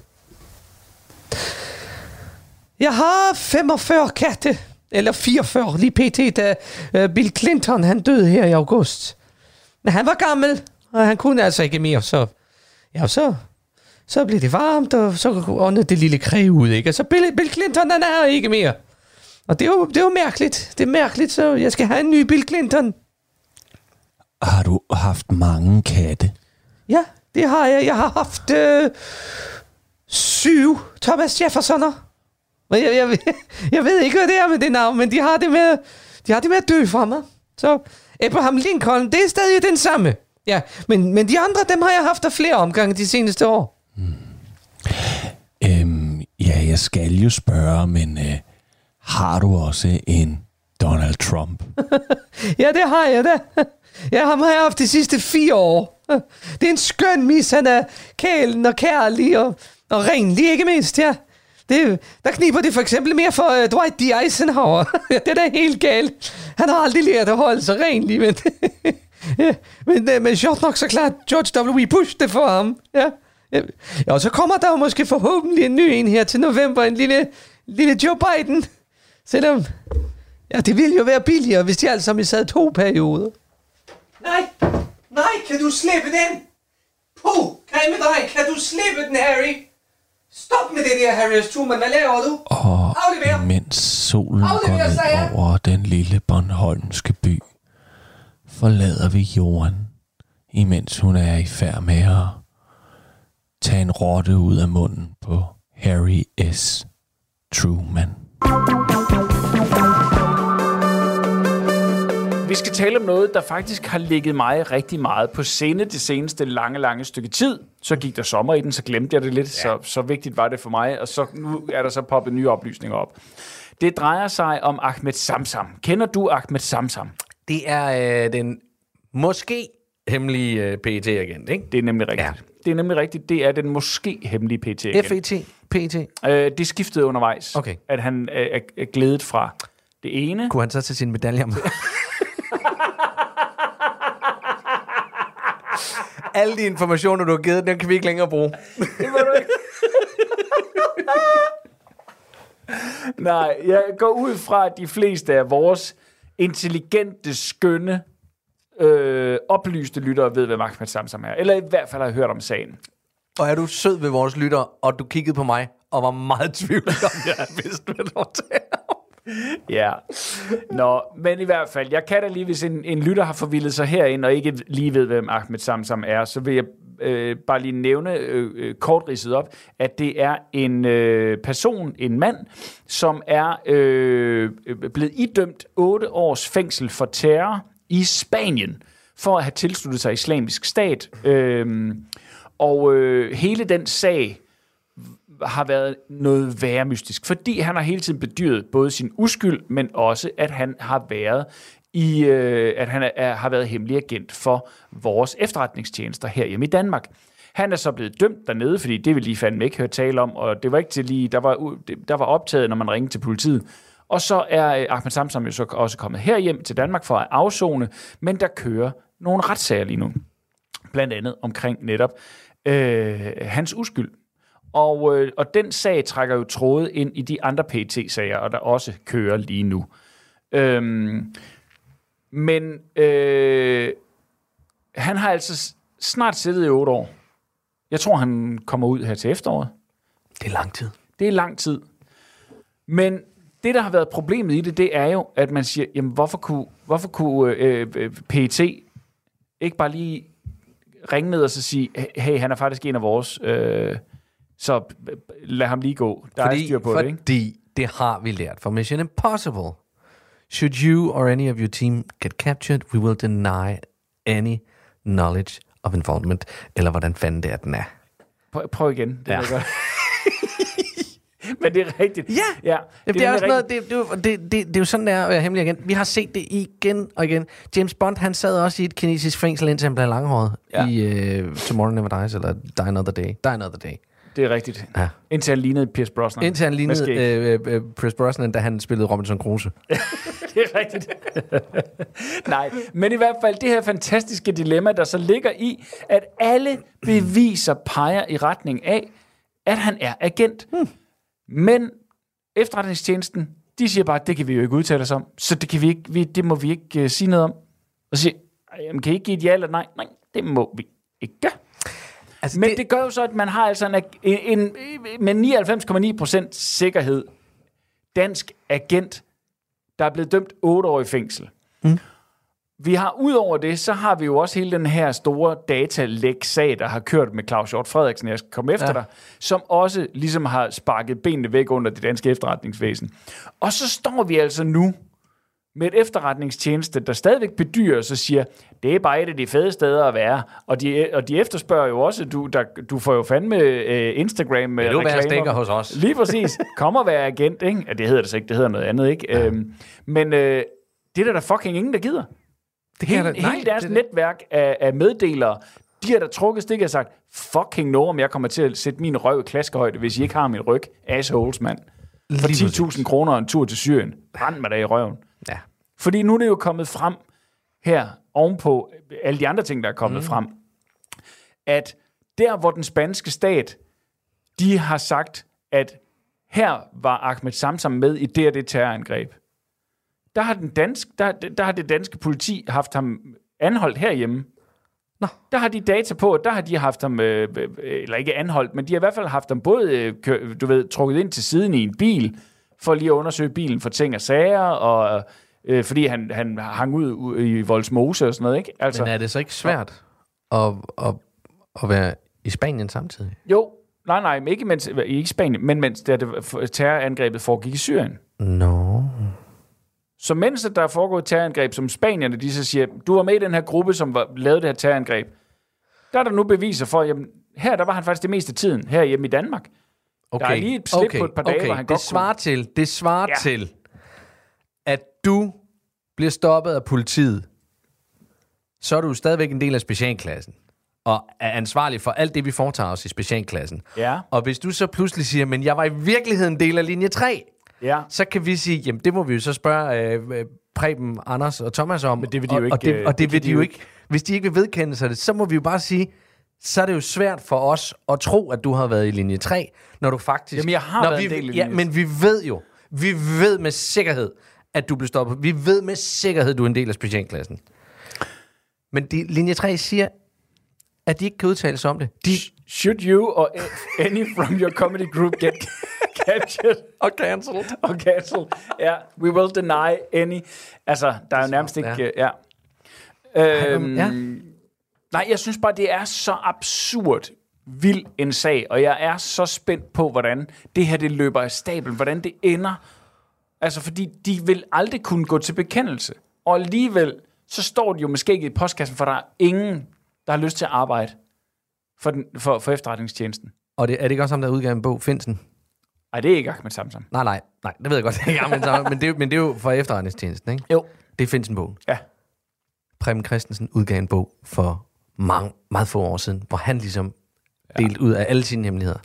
Jeg har femogfyrre katte, eller fireogfyrre, lige pt, da uh, Bill Clinton, han døde her i august. Men han var gammel, og han kunne altså ikke mere, så... Ja, så... Så blev det varmt, og så åndede det lille kræ ud, ikke? Og så Bill, Bill Clinton, han er ikke mere. Og det er, jo, det er jo mærkeligt. Det er mærkeligt, så jeg skal have en ny Bill Clinton. Har du haft mange katte? Ja, det har jeg. Jeg har haft øh, syv Thomas Jeffersoner. Jeg, jeg, jeg ved ikke, hvad det er med det navn, men de har det med, de har det med at dø fra mig. Så Abraham Lincoln, det er stadig den samme. Ja, men, men de andre, dem har jeg haft af flere omgange de seneste år. Hmm. Øhm, ja, jeg skal jo spørge, men øh, har du også en Donald Trump? Ja, det har jeg da. Ja, ham har jeg haft de sidste fire år. Det er en skøn mis, han er kælen og kærlig og, og renlig, ikke mindst, ja. Det, der kniber det for eksempel mere for uh, Dwight D. Eisenhower. Det er da helt galt. Han har aldrig lært at holde sig renlig, men... Ja, men, men sjovt nok så klart George W. Bush det for ham. Ja. Ja, og så kommer der jo måske forhåbentlig en ny en her til november, en lille, lille Joe Biden. Selvom, ja, det ville jo være billigere, hvis de alle sammen sad to perioder. Nej, nej, kan du slippe den? Puh, kan med dig, kan du slippe den, Harry? Stop med det der, Harry S. Truman, hvad laver du? Og Aflever. mens solen Aflever, går ned over den lille bornholmske by, forlader vi Johan, imens hun er i færd med at tage en rotte ud af munden på Harry S. Truman. Vi skal tale om noget, der faktisk har ligget mig rigtig meget på scene det seneste lange, lange stykke tid. Så gik der sommer i den, så glemte jeg det lidt. Ja. Så, så vigtigt var det for mig, og så nu er der så poppet nye oplysninger op. Det drejer sig om Ahmed Samsam. Kender du Ahmed Samsam? Det er øh, den måske hemmelige øh, P E T-agent, ikke? Det er nemlig rigtigt. Ja. Det er nemlig rigtigt. Det er den måske hemmelige P E T-agent. F E T? P E T? Øh, det skiftede undervejs, okay. at han øh, er glædet fra Det ene... Kunne han så tage sine medaljer med? Alle de informationer, du har givet, den kan vi ikke længere bruge. Det må du ikke. Nej, jeg går ud fra, at de fleste af vores intelligente, skønne, øh, oplyste lyttere ved, hvad Ahmed Samsam er. Eller i hvert fald har hørt om sagen. Og er du sød ved vores lytter, og du kiggede på mig, og var meget tvivl om, jeg vidste, hvad du var til. Ja. Nå, men i hvert fald, jeg kan da lige, hvis en, en lytter har forvildet sig herind, og ikke lige ved, hvem Ahmed Samsam er, så vil jeg øh, bare lige nævne øh, kort ridset op, at det er en øh, person, en mand, som er øh, blevet idømt otte års fængsel for terror i Spanien, for at have tilsluttet sig Islamisk Stat. Øh, og øh, hele den sag har været noget værre mystisk, fordi han har hele tiden bedyret både sin uskyld, men også, at han har været i, øh, at han er, har været hemmelig agent for vores efterretningstjenester herhjemme i Danmark. Han er så blevet dømt dernede, fordi det vil lige fandme ikke høre tale om, og det var ikke til lige, der var, der var optaget, når man ringede til politiet. Og så er Ahmed Samsam jo så også kommet herhjem til Danmark for at afzone, men der kører nogle retssager lige nu. Blandt andet omkring netop øh, hans uskyld. Og, øh, og den sag trækker jo tråde ind i de andre P E T-sager, og der også kører lige nu. Øhm, men øh, han har altså snart siddet i otte år. Jeg tror, han kommer ud her til efteråret. Det er lang tid. Det er lang tid. Men det, der har været problemet i det, det er jo, at man siger, jamen hvorfor kunne, hvorfor kunne øh, P E T ikke bare lige ringe ned og så sige, hey, han er faktisk en af vores... Øh, Så lad ham lige gå. Der fordi, er styr på fordi, det, ikke? Fordi det har vi lært fra Mission Impossible. Should you or any of your team get captured, we will deny any knowledge of involvement. Eller hvordan fanden det er, den er. Prøv, prøv igen. Det ja. er godt. Men det er rigtigt. Ja, ja det, det er også noget, det, det, det, det, det er jo sådan, der er at være hemmelig igen. Vi har set det igen og igen. James Bond, han sad også i et kinesisk fængsel, indtil han blev langhåret ja. i uh, Tomorrow Never Dies, eller Die Another Day. Die Another Day. Det er rigtigt. Ja. Indtil han lignede Pierce Brosnan. Indtil han lignede øh, øh, Pierce Brosnan, da han spillede Robinson Crusoe. Det er rigtigt. Nej, men i hvert fald det her fantastiske dilemma, der så ligger i, at alle beviser peger i retning af, at han er agent. Hmm. Men efterretningstjenesten, de siger bare, at det kan vi jo ikke udtale os om, så det, kan vi ikke, vi, det må vi ikke uh, sige noget om. Og siger, jamen, kan I ikke give et ja eller nej? Nej, det må vi ikke. Altså men det, det gør jo så, at man har altså en, en, en med nioghalvfems komma ni procent sikkerhed dansk agent, der er blevet dømt otte år i fængsel. Mm. Vi har udover det, så har vi jo også hele den her store datalæk-sag, der har kørt med Claus Hjort Frederiksen, jeg skal komme efter ja. dig, som også ligesom har sparket benene væk under det danske efterretningsvæsen. Og så står vi altså nu med et efterretningstjeneste, der stadigvæk bedyrer os og siger, det er bare et af de fede steder at være. Og de, og de efterspørger jo også, du, der, du får jo fandme uh, Instagram med reklamer. Vil du være stikker hos os? Lige præcis. Kom og være agent, ikke? Ja, det hedder det så ikke, det hedder noget andet, ikke? Ja. Øhm, men uh, det er der, der fucking ingen, der gider. Det hele, der, nej, hele deres det, netværk af, af meddelere, de har der trukket stik og sagt, fucking no, om jeg kommer til at sætte min røv i klaskehøjde, hvis I ikke har min ryg. Assholes, mand. For ti tusind kroner og en tur til Syrien. Brænd mig der i røven. Ja. Fordi nu er det jo kommet frem her, ovenpå alle de andre ting, der er kommet mm. frem, at der, hvor den spanske stat, de har sagt, at her var Ahmed Samsam med i det og det terrorangreb, der har, den dansk, der, der har det danske politi haft ham anholdt herhjemme. Nå. Der har de data på, at der har de haft ham, øh, eller ikke anholdt, men de har i hvert fald haft ham både, øh, du ved, trukket ind til siden i en bil, for lige at undersøge bilen for ting og sager, og øh, fordi han, han hang ud i Vollsmose og sådan noget, ikke? Altså, men er det så ikke svært at, at, at være i Spanien samtidig? Jo, nej, nej, ikke, mens, ikke i Spanien, men mens det, det terrorangrebet foregik i Syrien. No. Så mens der er foregået terrorangreb, som spanierne, de så siger, du var med i den her gruppe, som var, lavede det her terrorangreb, der er der nu beviser for, jamen, her der var han faktisk det meste af tiden, her hjemme i Danmark. Okay. Der er lige et slip okay. på et par dage, okay. hvor han det godt svarer kunne... til, det svarer ja. til, at du bliver stoppet af politiet, så er du stadigvæk en del af specialklassen, og er ansvarlig for alt det, vi foretager os i specialklassen. Ja. Og hvis du så pludselig siger, men jeg var i virkeligheden en del af linje tre, Ja. så kan vi sige, jamen det må vi jo så spørge øh, Preben, Anders og Thomas om. Men det vil de og, jo ikke, Og det, og det, det vil kan de jo ikke. Hvis de ikke vil vedkende sig det, så må vi jo bare sige, så er det jo svært for os at tro, at du har været i linje tre, når du faktisk... Jamen, jeg har når været vi, en del i Ja, linje men vi ved jo, vi ved med sikkerhed, at du blev stoppet. Vi ved med sikkerhed, at du er en del af specialklassen. Men de, linje tre siger, at de ikke kan udtale sig om det. De, Should you or any from your comedy group get captured og cancelled. og cancelled? Ja, yeah, we will deny any. Altså, der er jo nærmest ikke... Ja. Ja. Øhm, ja. Nej, jeg synes bare, det er så absurd vild en sag, og jeg er så spændt på, hvordan det her det løber af stablen, hvordan det ender. Altså, fordi de vil aldrig kunne gå til bekendelse. Og alligevel, så står de jo måske ikke i postkassen, for der er ingen, der har lyst til at arbejde for, den, for, for efterretningstjenesten. Og det, er det ikke også ham, der udgav en bog, Finsen? Nej, det er ikke Ahmed Samsam. Nej, nej, nej, det ved jeg godt. Det er ikke Ahmed Samsam, men, det, er- men det er jo for efterretningstjenesten, ikke? Jo. Det er Finsen-bogen. Ja. Preben Christensen udgav en bog for mange, meget få år siden, hvor han ligesom delte ud af alle sine hemmeligheder.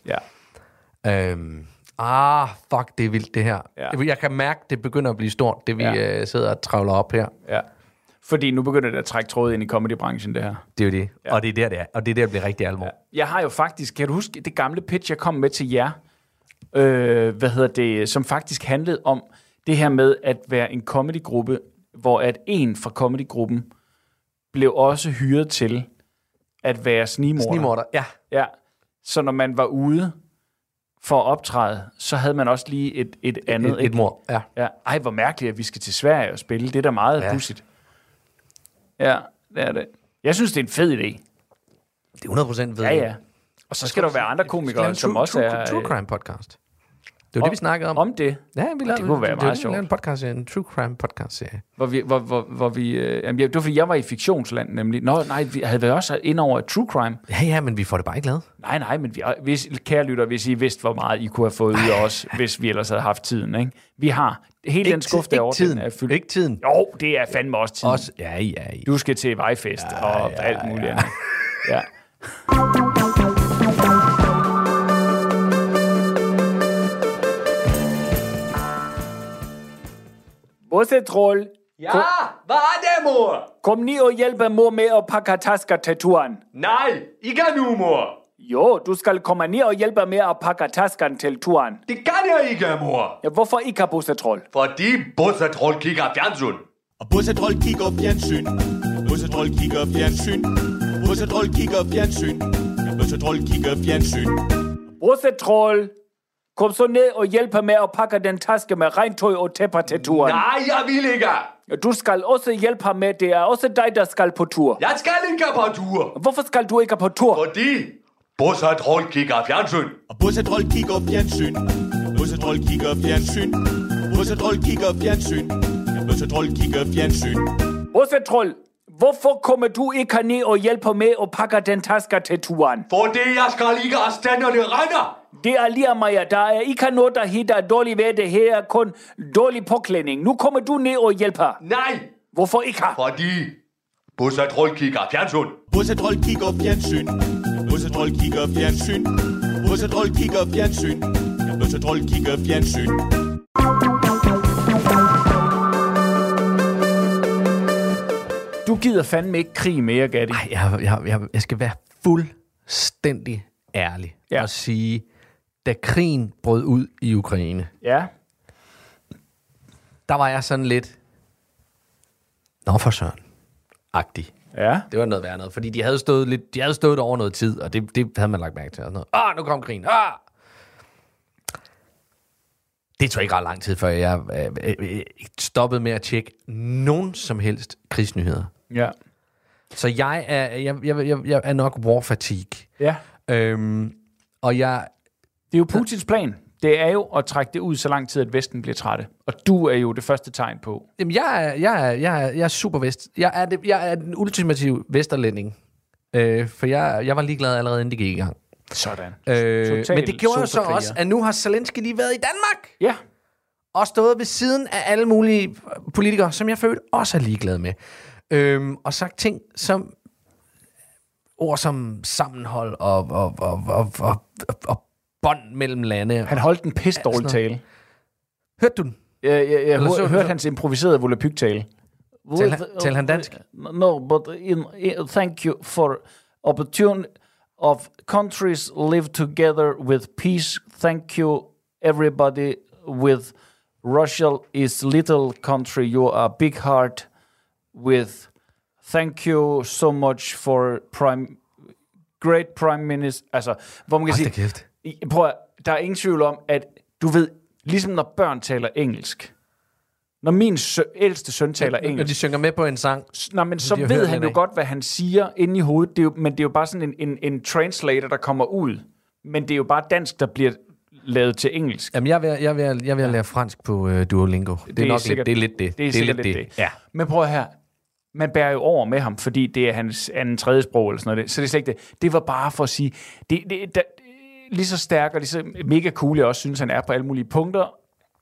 Ja. Øhm, ah, fuck, det er vildt, det her. Ja. Jeg kan mærke, det begynder at blive stort, det vi Ja. øh, sidder og travler op her. Ja. Fordi nu begynder det at trække tråd ind i comedybranchen, det her. Det er jo det. Ja. Og det er der, det er. Og det er der, det bliver rigtig alvor. Ja. Jeg har jo faktisk, kan du huske det gamle pitch, jeg kom med til jer, øh, hvad hedder det, som faktisk handlede om det her med at være en comedygruppe, hvor at en fra comedygruppen blev også hyret til at være snigmorder. Snigmorder, ja. Ja. Så når man var ude for at optræde, så havde man også lige et, et andet. Et, et ikke? mor, ja. Ja. Ej, hvor mærkeligt, at vi skal til Sverige og spille. Det er da meget Ja. pudsigt. Ja, det er det. Jeg synes, det er en fed idé. Det er hundrede procent ved. Ja, ja. Og så skal der være andre komikere, som true, også true, er... True Crime podcast. Det var det, vi snakkede om. Om det, Ja, vi lavede, det kunne være det, meget det, sjovt. Vi lavede en podcast, en True Crime podcast serie. hvor vi... Hvor, hvor, hvor vi øh, jamen, det var, fordi jeg var i fiktionsland, nemlig. Nå, nej, vi havde været også ind over true crime. Ja, ja, men vi får det bare ikke lavet. Nej, nej, men vi, hvis, kære lytter, hvis I vidste, hvor meget I kunne have fået ud af os, hvis vi ellers havde haft tiden, ikke? Vi har... Hele den skuffe ikke derovre, tiden. den er fyldt. Ikke tiden. Jo, det er fandme også tiden. Også, ja, ja, ja. Du skal til vejfest ja, og ja, alt muligt ja. andet. Ja. Bossetroll, Ja, hvad er det, mor? kom ni og hjælpe mor med at pakke tasker til turen. Nej, ikke nu, mor. Jo, du skal komme ned og hjælpe med at pakke tasken til turen. Det kan jeg ikke, mor. Ja, hvorfor ikke, Bossetroll? Fordi Bossetroll kigger fjernsyn. Og Bossetroll kigger fjernsyn. Bossetroll kigger fjernsyn. Bossetroll kigger fjernsyn. Bossetroll kigger fjernsyn. Bossetroll, kom så ned og hjælpe med at pakke den taske med regntøj og tæpper til turen. Nej, jeg vil ikke. Ja, du skal også hjælpe ham med, det er også dig, der skal på tur. Jeg skal ikke på tur. Hvorfor skal du ikke på tur? Fordi Bossetroll kigger fjernsyn. Og Bossetroll kigger fjernsyn. Bossetroll kigger fjernsyn. Bossetroll kigger fjernsyn. Bossetroll kigger fjernsyn. Bossetroll, hvorfor kommer du ikke ned og hjælper med at pakke den taske til turen? Fordi jeg skal ikke have stænderne regner. Det er lige mig, der er ikke noget, der hedder dårlig vejr, det her er kun dårlig påklædning. Nu kommer du ned og hjælper. Nej, Hvorfor ikke? fordi Bossetroll kigger fjernsyn. Bossetroll kigger fjernsyn. Bossetroll kigger fjernsyn. Bossetroll kigger fjernsyn. Bossetroll kigger fjernsyn. Du gider fandme ikke krig mere, Gatti. Ej, jeg, jeg, jeg, jeg skal være fuldstændig ærlig Ja. og sige, da krigen brød ud i Ukraine, Ja. der var jeg sådan lidt, nå for søren, agtig. Ja. Det var noget værd noget, fordi de havde stået lidt, de havde stået over noget tid, og det, det havde man lagt mærke til. Og sådan noget. Ah, nu kom krigen. Ah! Det tog ikke ret lang tid, før jeg øh, øh, stoppede med at tjekke nogen som helst krigsnyheder. Ja. Så jeg er, jeg, jeg, jeg, jeg er nok war fatigue. Ja. Øhm, og jeg... Det er jo Putins plan. Det er jo at trække det ud så lang tid, at Vesten bliver trætte. Og du er jo det første tegn på. Jamen, jeg er, jeg er, jeg er, jeg er super vest. Jeg er, det, jeg er den ultimative vesterlænding. Øh, for jeg, jeg var ligeglad allerede, inden det gik i gang. Sådan. Øh, Total men det gjorde jo så superkriger. også, at nu har Zelensky lige været i Danmark. Ja. Og stået ved siden af alle mulige politikere, som jeg følte også er ligeglad med. Øhm, og sagt ting som ord som sammenhold og, og, og, og, og, og, og bånd mellem lande. Han holdt en pis dårlig Ja, sådan tale. Hørte du den? Jeg, jeg, jeg Eller hør, så- hørte så- hans improviserede volapyk-tale. Tal han- tal han dansk? No, but in, in, thank you for opportunity of countries live together with peace. Thank you everybody with Russia is little country. You are big heart with. Thank you so much for prime great prime minister. Altså, hvor man kan Hold da sige, kæft. I- prøv at, der er ingen tvivl om, at du ved, ligesom når børn taler engelsk, når min sø, ældste søn taler Når engelsk, de synger med på en sang. Nå, men så de har ved hørt han lidt jo af. godt, hvad han siger inde i hovedet. Det er jo, men det er jo bare sådan en, en, en translator, der kommer ud. Men det er jo bare dansk, der bliver lavet til engelsk. Jamen, jeg vil, jeg vil, jeg vil lære fransk på uh, Duolingo. Det, det er nok sikkert, lidt, det er lidt det. Det er, det er sikkert lidt det. det. Ja. Men prøv her. Man bærer jo over med ham, fordi det er hans anden tredje sprog, eller sådan noget. Så det er slet ikke det. Det var bare for at sige, det, det, der, lige så stærk og lige så mega cool, jeg også synes, han er på alle mulige punkter.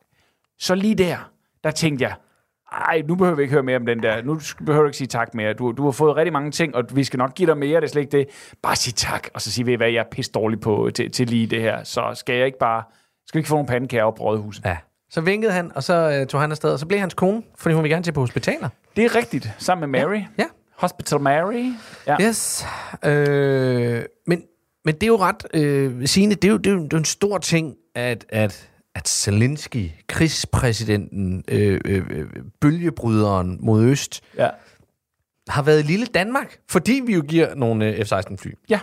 Så lige der, der tænkte jeg, ej, nu behøver vi ikke høre mere om den der. Nu behøver du ikke sige tak mere. Du, du har fået rigtig mange ting, og vi skal nok give dig mere. Det er slet ikke det. Bare sig tak, og så sige, ved I hvad, jeg er pisse dårlig på til, til lige det her. Så skal jeg ikke bare... Skal vi ikke få nogle pandekager op på Rådhuset? Ja. Så vinkede han, og så uh, tog han afsted, og så blev hans kone, fordi hun ville gerne til på hospitaler. Det er rigtigt. Sammen med Mary. Ja. Hospital Mary. Ja. Yes. Øh, men, men det er jo ret øh, sigende. Det er jo, det, er jo, det er jo en stor ting, at, at, at Zelensky, krigspræsidenten, øh, øh, øh, bølgebryderen mod øst, Ja. har været i lille Danmark, fordi vi jo giver nogle øh, F seksten fly. Ja.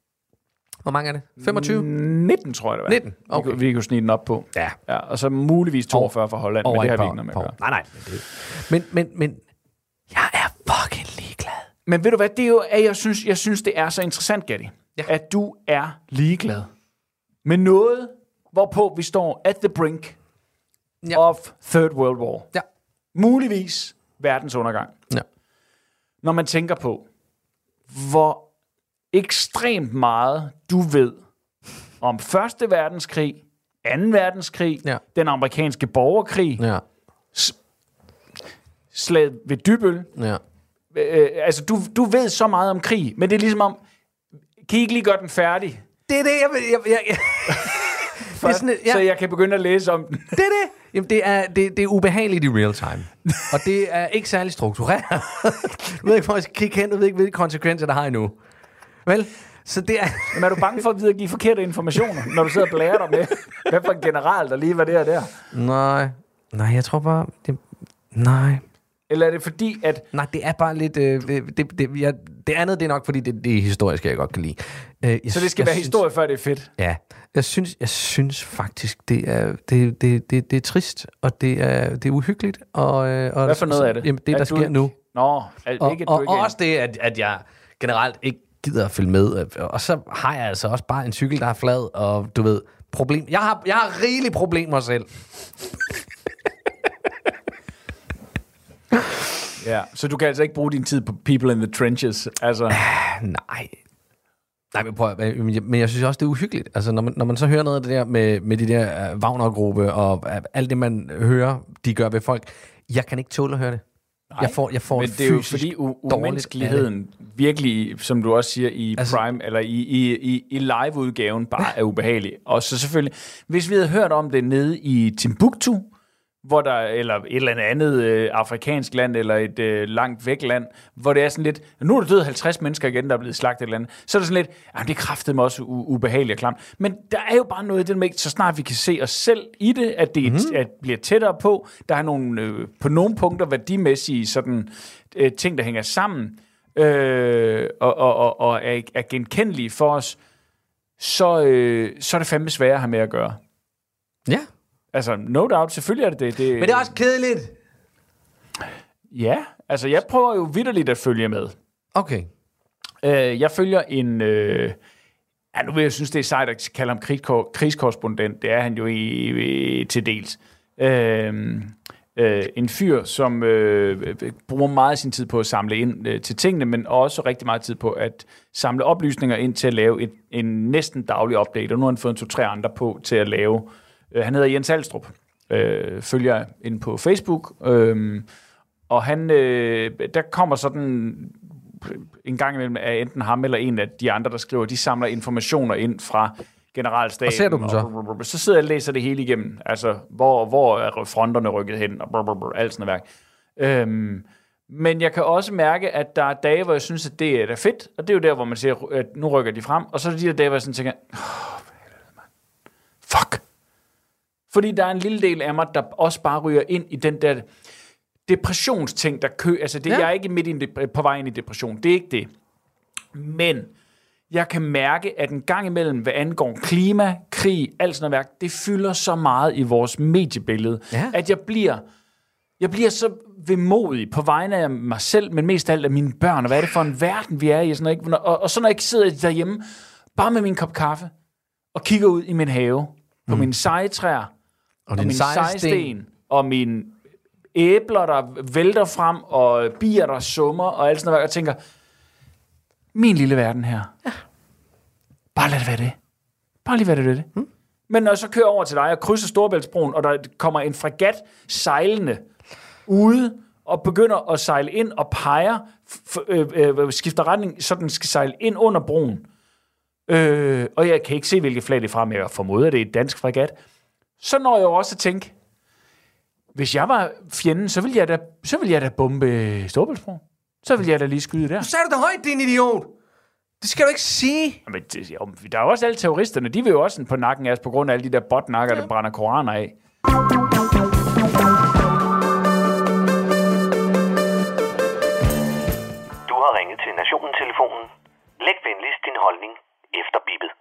Hvor mange er det? femogtyve? nitten, tror jeg det var. nitten? Okay. Vi, kunne- vi kunne snige den op på. Ja. Ja, og så muligvis toogfyrre for Holland, men det har vi ikke noget med at gøre. Nej, nej. Men, det, men, men, men jeg er fucking ligeglad. Men ved du hvad, det er jo, at jeg synes, jeg synes det er så interessant, Gatti, Ja. at du er ligeglad med noget, hvorpå vi står at the brink Ja. of Third World War. Ja. Muligvis verdens undergang. Ja. Når man tænker på, hvor ekstremt meget du ved om Første Verdenskrig, Anden Verdenskrig, Ja. den amerikanske borgerkrig, Ja. slaget ved Dybbøl. Ja. Øh, altså, du, du ved så meget om krig, men det er ligesom om, kan I ikke lige gøre den færdig? Det er det, jeg vil... Jeg, jeg, jeg. Det er sådan, et- ja. Så jeg kan begynde at læse om den. Det er det. Jamen, det er, det, det er ubehageligt i real time. Og det er ikke særlig struktureret. Du ved ikke, hvor jeg skal kigge hen. Du ved ikke, hvilke konsekvenser der har endnu. Vel? Så det er... Men er du bange for at videregive forkerte informationer, når du sidder og blærer dig med, hvad for en general, der lige var der og der? Nej. Nej, jeg tror bare... Det, nej. Eller er det fordi, at... Nej, det er bare lidt... Øh, det, det, det, jeg, det andet, det er nok, fordi det, det er historisk, jeg godt kan lide. Øh, jeg, Så det skal jeg være synes, historie, før det er fedt? Ja. Jeg synes, jeg synes faktisk, det er, det, det, det, det er trist, og det er, det er uhyggeligt. Og, øh, og Hvad for noget er det? Jamen, det, At der du sker ikke- nu. Nå, er, Og, ikke, at og, du ikke og er- også det, at, at jeg generelt ikke gider at følge med. Og så har jeg altså også bare en cykel, der er flad, og du ved, problem. Jeg har, jeg har rigelige problemer selv. Ja, så du kan altså ikke bruge din tid på people in the trenches? Altså... Nej. Nej, men, prøv, at- men jeg- men jeg synes også, det er uhyggeligt. Altså, når man, når man så hører noget af det der med, med de der uh, Wagner-gruppe, og uh, alt det, man hører, de gør ved folk, jeg kan ikke tåle at høre det. Nej, jeg får, jeg får men et det er jo fysisk fordi u- dårligt af umenneskeligheden virkelig, som du også siger, i Altså- altså, prime, eller i, i, i, i live-udgaven, bare er ubehagelig. Og så selvfølgelig, hvis vi havde hørt om det nede i Timbuktu, hvor der, eller et eller andet øh, afrikansk land, eller et øh, langt væk land, hvor det er sådan lidt, nu er der død halvtreds mennesker igen, der er blevet slagtet et eller andet, så er det sådan lidt, jamen det kræftede mig også u- ubehageligt og klamt. Men der er jo bare noget i det med, så snart vi kan se os selv i det, at det mm-hmm. at bliver tættere på, der er nogle, øh, på nogle punkter værdimæssige sådan, øh, ting, der hænger sammen, øh, og, og, og, og er, er genkendelige for os, så, øh, så er det fandme sværere at have med at gøre. Ja. Altså, no doubt, selvfølgelig er det det. det Men det er også kedeligt. Ja, altså jeg prøver jo vitterligt at følge med. Okay. Øh, jeg følger en... Øh, ja, nu vil jeg synes, det er sejt at kalde ham krigskor- krigskorrespondent. Det er han jo i, i, til dels. Øh, øh, en fyr, som øh, bruger meget af sin tid på at samle ind øh, til tingene, men også rigtig meget tid på at samle oplysninger ind til at lave et, en næsten daglig update. Og nu har han fået en to-tre andre på til at lave... Øh, han hedder Jens Alstrup. Øh, følger jeg ind på Facebook. Øh, og han... Øh, der kommer sådan... en gang imellem er enten ham eller en af de andre, der skriver, de samler informationer ind fra generalstaben. Og ser du dem så? Og så sidder jeg og læser det hele igennem. Altså, hvor, hvor er fronterne rykket hen, og brr, brr, brr, alt sådan noget værk. Øhm, men jeg kan også mærke, at der er dage, hvor jeg synes, at det er da fedt, og det er jo der, hvor man siger, at nu rykker de frem, og så er det de der dage, hvor jeg sådan tænker, oh, fuck. Fordi der er en lille del af mig, der også bare ryger ind i den der depressionsting, der kø... Altså, det, ja. Jeg er ikke midt i en dep- på vej ind i depression. Det er ikke det. Men jeg kan mærke, at en gang imellem, hvad angår klima, krig, alt sådan noget værk, det fylder så meget i vores mediebillede, ja. At jeg bliver... Jeg bliver så vemodig på vegne af mig selv, men mest af alt af mine børn, og hvad er det for en verden, vi er i? Sådan, ikke? Og, og så når jeg sidder derhjemme, bare med min kop kaffe, og kigger ud i min have, på mm. mine sejetræer, og, og mine sejsten, og mine æbler, der vælter frem, og bier, der summer, og alt sådan noget, og jeg tænker, min lille verden her, ja. Bare lad det være det. Bare lige være det det. Mm. Men når jeg så kører over til dig og krydser Storebæltsbroen, og der kommer en fregat sejlende ude, og begynder at sejle ind og peger, f- øh, øh, skifter retning, så den skal sejle ind under broen. Øh, og jeg kan ikke se, hvilket flag det er fra, men jeg formoder, det er et dansk fregat. Så når jeg jo også at tænke, hvis jeg var fjenden, så ville jeg da, så ville jeg da bombe Storebæltsbroen. Så ville jeg da lige skyde der. Du sagde det højt, din idiot! Det skal du ikke sige. Men det, jo, der er jo også alle terroristerne, de vil jo også på nakken af os, på grund af alle de der botnakker, ja. Der brænder koraner af. Du har ringet til Nationen-telefonen. Læg venligst din holdning efter bippet.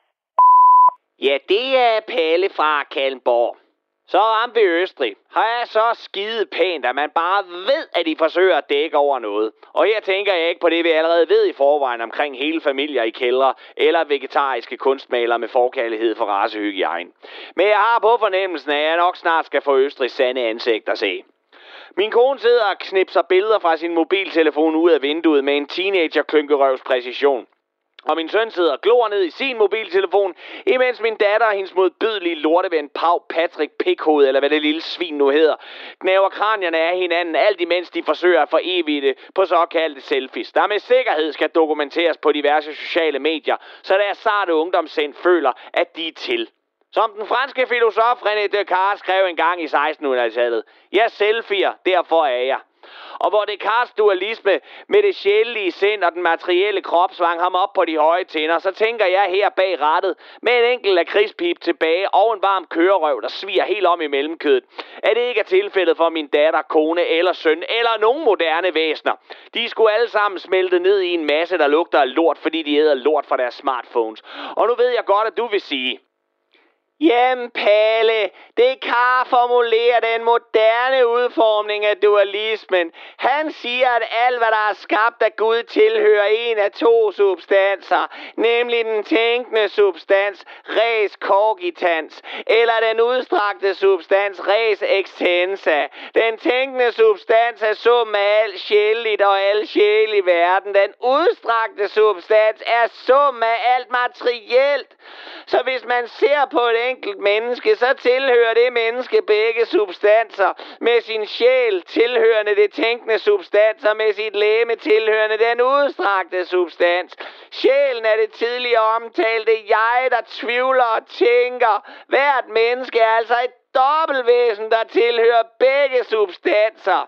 Ja, det er Palle fra Kalmborg. Så om ved Østrig har jeg så skide pænt, at man bare ved, at de forsøger at dække over noget. Og her tænker jeg ikke på det, vi allerede ved i forvejen omkring hele familier i kældre, eller vegetariske kunstmalere med forkærlighed for racehygiejne. Men jeg har på fornemmelsen, at jeg nok snart skal få Østrigs sande ansigt at se. Min kone sidder og knipser billeder fra sin mobiltelefon ud af vinduet med en teenager-klynkerøvs præcision. Og min søn sidder og glor ned i sin mobiltelefon, imens min datter og hendes modbydelige lorteven Pau Patrick Pikhoved, eller hvad det lille svin nu hedder, knæver kranierne af hinanden, alt imens de forsøger at forevige det på såkaldte selfies, der med sikkerhed skal dokumenteres på diverse sociale medier, så deres sarte ungdomssind føler, at de er til. Som den franske filosof René Descartes skrev engang i sekstenhundredetallet, jeg selfier, derfor er jeg. Og hvor Descartes dualisme med det sjælelige sind og den materielle krop svang ham op på de høje tænder, så tænker jeg her bag rattet med en enkelt lakridspip tilbage og en varm kørerøv, der sviger helt om i mellemkødet, at det ikke er tilfældet for min datter, kone eller søn eller nogen moderne væsner. De skulle alle sammen smelte ned i en masse, der lugter af lort, fordi de æder lort fra deres smartphones. Og nu ved jeg godt, at du vil sige... Jamen Palle, Descartes formulerer den moderne udformning af dualismen. Han siger, at alt hvad der er skabt af Gud tilhører en af to substanser, nemlig den tænkende substans res cogitans, eller den udstrakte substans res extensa. Den tænkende substans er summen af alt sjæleligt og al sjæl i verden. Den udstrakte substans er summen af alt materielt. Så hvis man ser på et enkelt menneske, så tilhører det menneske begge substanser. Med sin sjæl tilhørende det tænkende substanser, med sit legeme tilhørende den udstrakte substans. Sjælen er det tidligere omtalte jeg, der tvivler og tænker. Hvert menneske er altså et dobbeltvæsen, der tilhører begge substanser.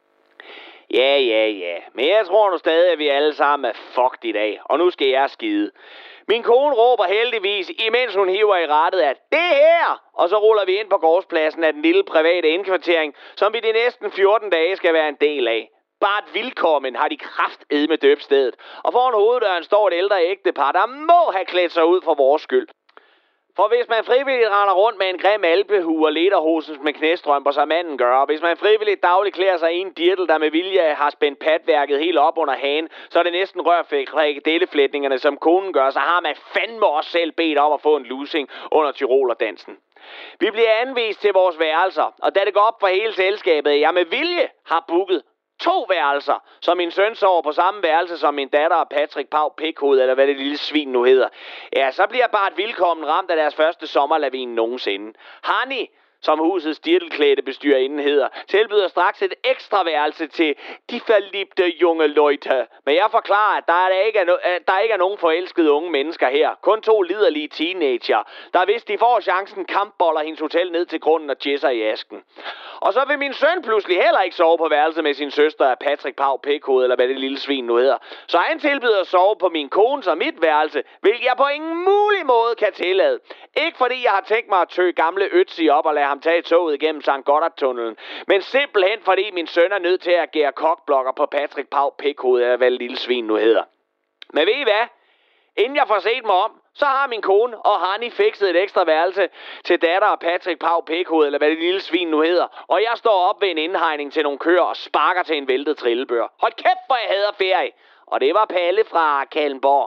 Ja, ja, ja. Men jeg tror nu stadig, at vi alle sammen er fucked i dag. Og nu skal jeg skide. Min kone råber heldigvis, imens hun hiver i rattet, at det her! Og så ruller vi ind på gårdspladsen af den lille private indkvartering, som vi de næsten fjorten dage skal være en del af. Bare et vilkommen har de kraftedme døbt stedet. Og foran hoveddøren står et ældre ægtepar, der må have klædt sig ud for vores skyld. For hvis man frivilligt render rundt med en grim alpehue og lederhosens med knæstrømper, som manden gør, og hvis man frivilligt dagligt klæder sig i en dirtel, der med vilje har spændt patværket helt op under hagen, så er det næsten rørfrikadelleflætningerne, som konen gør, så har man fandme også selv bedt om at få en lusing under tyrolerdansen. Vi bliver anvist til vores værelser, og da det går op for hele selskabet, at jeg med vilje har booket to værelser, så min søn sover på samme værelse som min datter og Patrick Pau Pikhoved, eller hvad det lille svin nu hedder. Ja, så bliver bare et vilkommen ramt af deres første sommerlavine nogensinde. Honey, som husets stirtelklædte bestyrerinde hedder, tilbyder straks et ekstra værelse til de forlipte junge Leute. Men jeg forklarer, at der, er ikke er no- at der ikke er nogen forelskede unge mennesker her. Kun to liderlige teenager, der hvis de får chancen kampboller hendes hotel ned til grunden og jizzer i asken. Og så vil min søn pludselig heller ikke sove på værelset med sin søster Patrick Pau Pekhoved, eller hvad det lille svin nu hedder. Så han tilbyder at sove på min kones og mit værelse, hvilket jeg på ingen mulig måde kan tillade. Ikke fordi jeg har tænkt mig at tøge gamle Ötzi op og lade ham tage toget igennem Sankt Gotthardt-tunnelen, men simpelthen fordi min søn er nødt til at gære kokblokker på Patrick Pau Pekhoved, eller hvad det lille svin nu hedder. Men ved I hvad? Inden jeg får set mig om, så har min kone og Hanni fikset et ekstra værelse til datter og Patrick Pau Pekhoved, eller hvad det lille svin nu hedder. Og jeg står op ved en indhegning til nogle køer og sparker til en væltet trillebør. Hold kæft, hvor jeg hader ferie! Og det var Palle fra Kallenborg.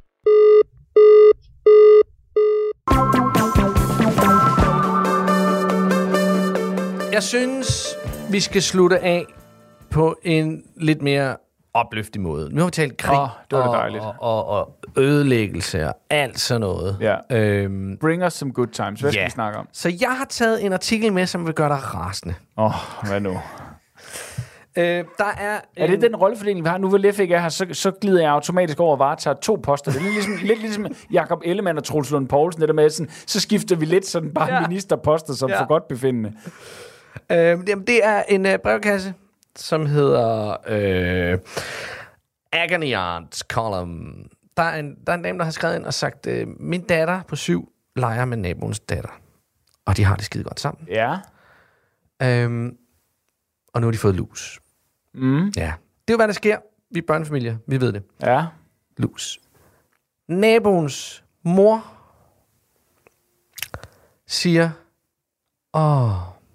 Jeg synes, vi skal slutte af på en lidt mere opløftig måde. Nu har vi talt krig oh, det var og, dejligt. Og, og, og ødelæggelse og alt sådan noget. Ja. Øhm, Bring us some good times. Hvad ja. skal vi snakke om? Så jeg har taget en artikel med, som vil gøre dig rasende. Åh, oh, hvad nu? Øh, der er, er det den rollefordeling, vi har? Nu hvor Leffe ikke er her, så, så glider jeg automatisk over og varetager to poster. Det er lidt ligesom, lidt ligesom Jakob Ellemann og Troels Lund Poulsen. Det der med, sådan, så skifter vi lidt sådan bare ja. ministerposter som ja. for godt befindende. Øh, jamen, det er en øh, brevkasse, som hedder øh, Agony Aunt's Column. Der er, en, der er en dame, der har skrevet ind og sagt, øh, min datter på syv leger med naboens datter. Og de har det skide godt sammen. Ja. Øhm, og nu har de fået lus. Mm. Ja. Det er jo, hvad der sker. Vi er børnefamilier. Vi ved det. Ja. Lus. Naboens mor siger, åh,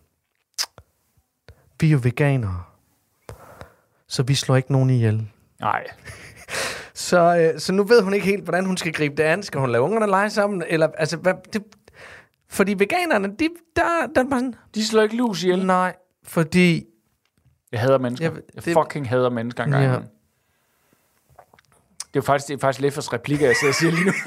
vi er jo veganere, så vi slår ikke nogen ihjel. Nej. Så, øh, så nu ved hun ikke helt, hvordan hun skal gribe det an. Skal hun lade ungerne lege sammen? Eller, altså, hvad, det, fordi veganerne, de, der, der er bare sådan... De slår ikke lus ihjel? Nej, fordi... Jeg hader mennesker. Jeg, jeg det, fucking hader mennesker engang. Ja. Det er jo faktisk, det er faktisk Leffers replikker, jeg sidder og siger lige nu.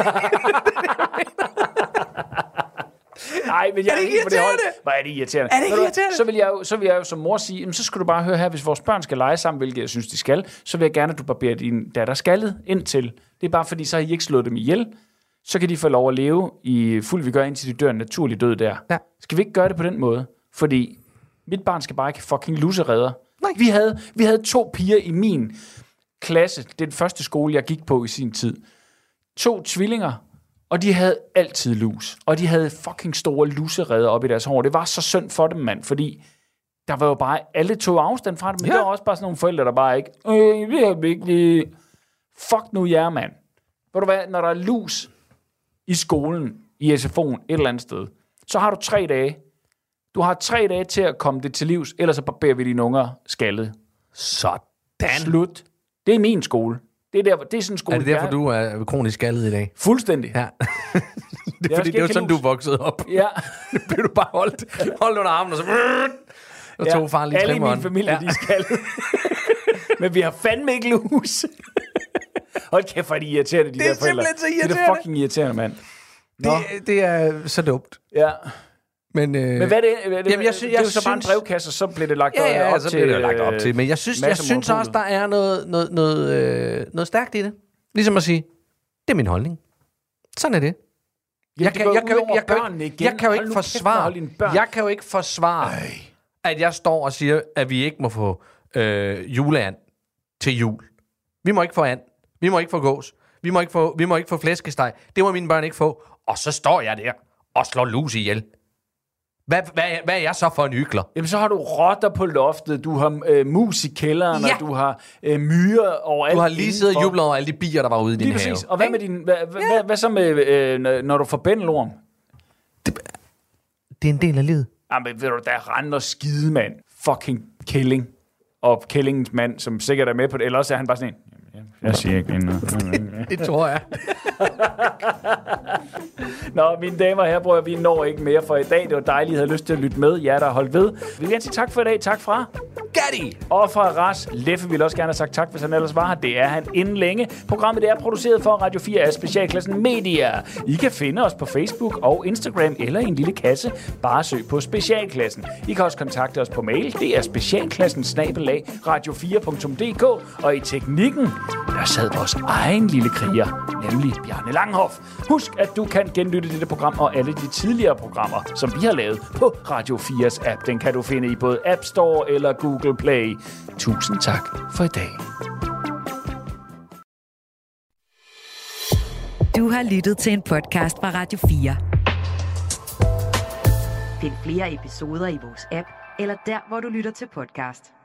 Nej, men jeg er det ikke irriterende? Hvor er det irriterende? Er det ikke irriterende? Så vil jeg jo, så vil jeg jo som mor sige, jamen, så skal du bare høre her, hvis vores børn skal lege sammen, hvilket jeg synes, de skal, så vil jeg gerne, at du barberer din datter skaldet indtil. Det er bare fordi, så har I ikke slået dem ihjel. Så kan de få lov at leve i fuld vigør, indtil de dør en naturlig død der. Ja. Skal vi ikke gøre det på den måde? Fordi mit barn skal bare ikke fucking lusseredder. Nej. Vi havde, vi havde to piger i min klasse. Det er den første skole, jeg gik på i sin tid. To tvillinger. Og de havde altid lus. Og de havde fucking store lusereder op i deres hår. Det var så synd for dem, mand. Fordi der var jo bare... Alle tog afstand fra dem. Men ja. Der var også bare sådan nogle forældre, der bare ikke... Øh, vi har virkelig... Fuck nu jer, mand. Ved du hvad? Når der er lus i skolen, i S F O'en, et eller andet sted, så har du tre dage. Du har tre dage til at komme det til livs, ellers så barberer vi dine unger skaldet. Sådan. Slut. Det er min skole. Det er, der, det er sådan en skole, er det derfor, du er kronisk skaldet i dag? Fuldstændig. Ja. det er fordi, det er jo sådan, du er vokset op. Ja. Nu bliver du bare holdt, holdt under armen, og så... Og ja. to far lige alle i min familie, ja. De er skaldet. Men vi har fandme ikke lus. Hold kæft, hvor er de irriterende, de det der forældre. Det er simpelthen så irriterende. Det er fucking irriterende, mand. Det, det er så dumt. Ja. Men, øh, Men hvad er det? det jamen, jeg synes, det er jo så synes, bare en brevkasse, og så bliver det lagt ja, ja, op så til... bliver det lagt op til. Men jeg synes, jeg synes også, der er noget, noget, noget, øh, noget stærkt i det. Ligesom at sige, det er min holdning. Sådan er det. Jeg kan, jeg, kan jo, jeg, kan jo, jeg kan jo ikke forsvare, jeg kan jo ikke forsvare, at jeg står og siger, at vi ikke må få øh, juleand til jul. Vi må ikke få and. Vi må ikke få gås. Vi må ikke få, vi må ikke få flæskesteg. Det må mine børn ikke få. Og så står jeg der og slår lus ihjel. Hvad, hvad, hvad er jeg så for en hykler? Jamen, så har du rotter på loftet, du har øh, mus i kælderen, ja. Og du har øh, myrer overalt. Du har lige siddet og jublet over alle de bier, der var ude i din have. Og hvad, med din, hvad, ja. hvad, hvad så med, øh, når du får bændelorm? Det, det er en del af livet. Jamen, ved du, der render skide, mand. Fucking kælling. Og kællingens mand, som sikkert er med på det. Eller også er han bare sådan en... Jeg siger ikke noget. det, det tror jeg. Nå, mine damer og herrer, bror, vi når ikke mere for i dag. Det var dejligt, at I havde lyst til at lytte med. Jer, der har holdt ved. Vi vil gerne sige tak for i dag. Tak fra... Gatti! Og fra Ras, Leffe ville også gerne have sagt tak, hvis han ellers var her. Det er han inden længe. Programmet det er produceret for Radio fire af Specialklassen Media. I kan finde os på Facebook og Instagram eller i en lille kasse. Bare søg på Specialklassen. I kan også kontakte os på mail. Det er specialklassen snabel-a radio fire punktum d k. Og i teknikken, der sad vores egen lille kriger, nemlig Bjarne Langhoff. Husk, at du kan genlytte dette program og alle de tidligere programmer, som vi har lavet på Radio fires app. Den kan du finde i både App Store eller Google Play. Tusind tak for i dag. Du har lyttet til en podcast fra Radio fire. Find flere episoder i vores app, eller der, hvor du lytter til podcast.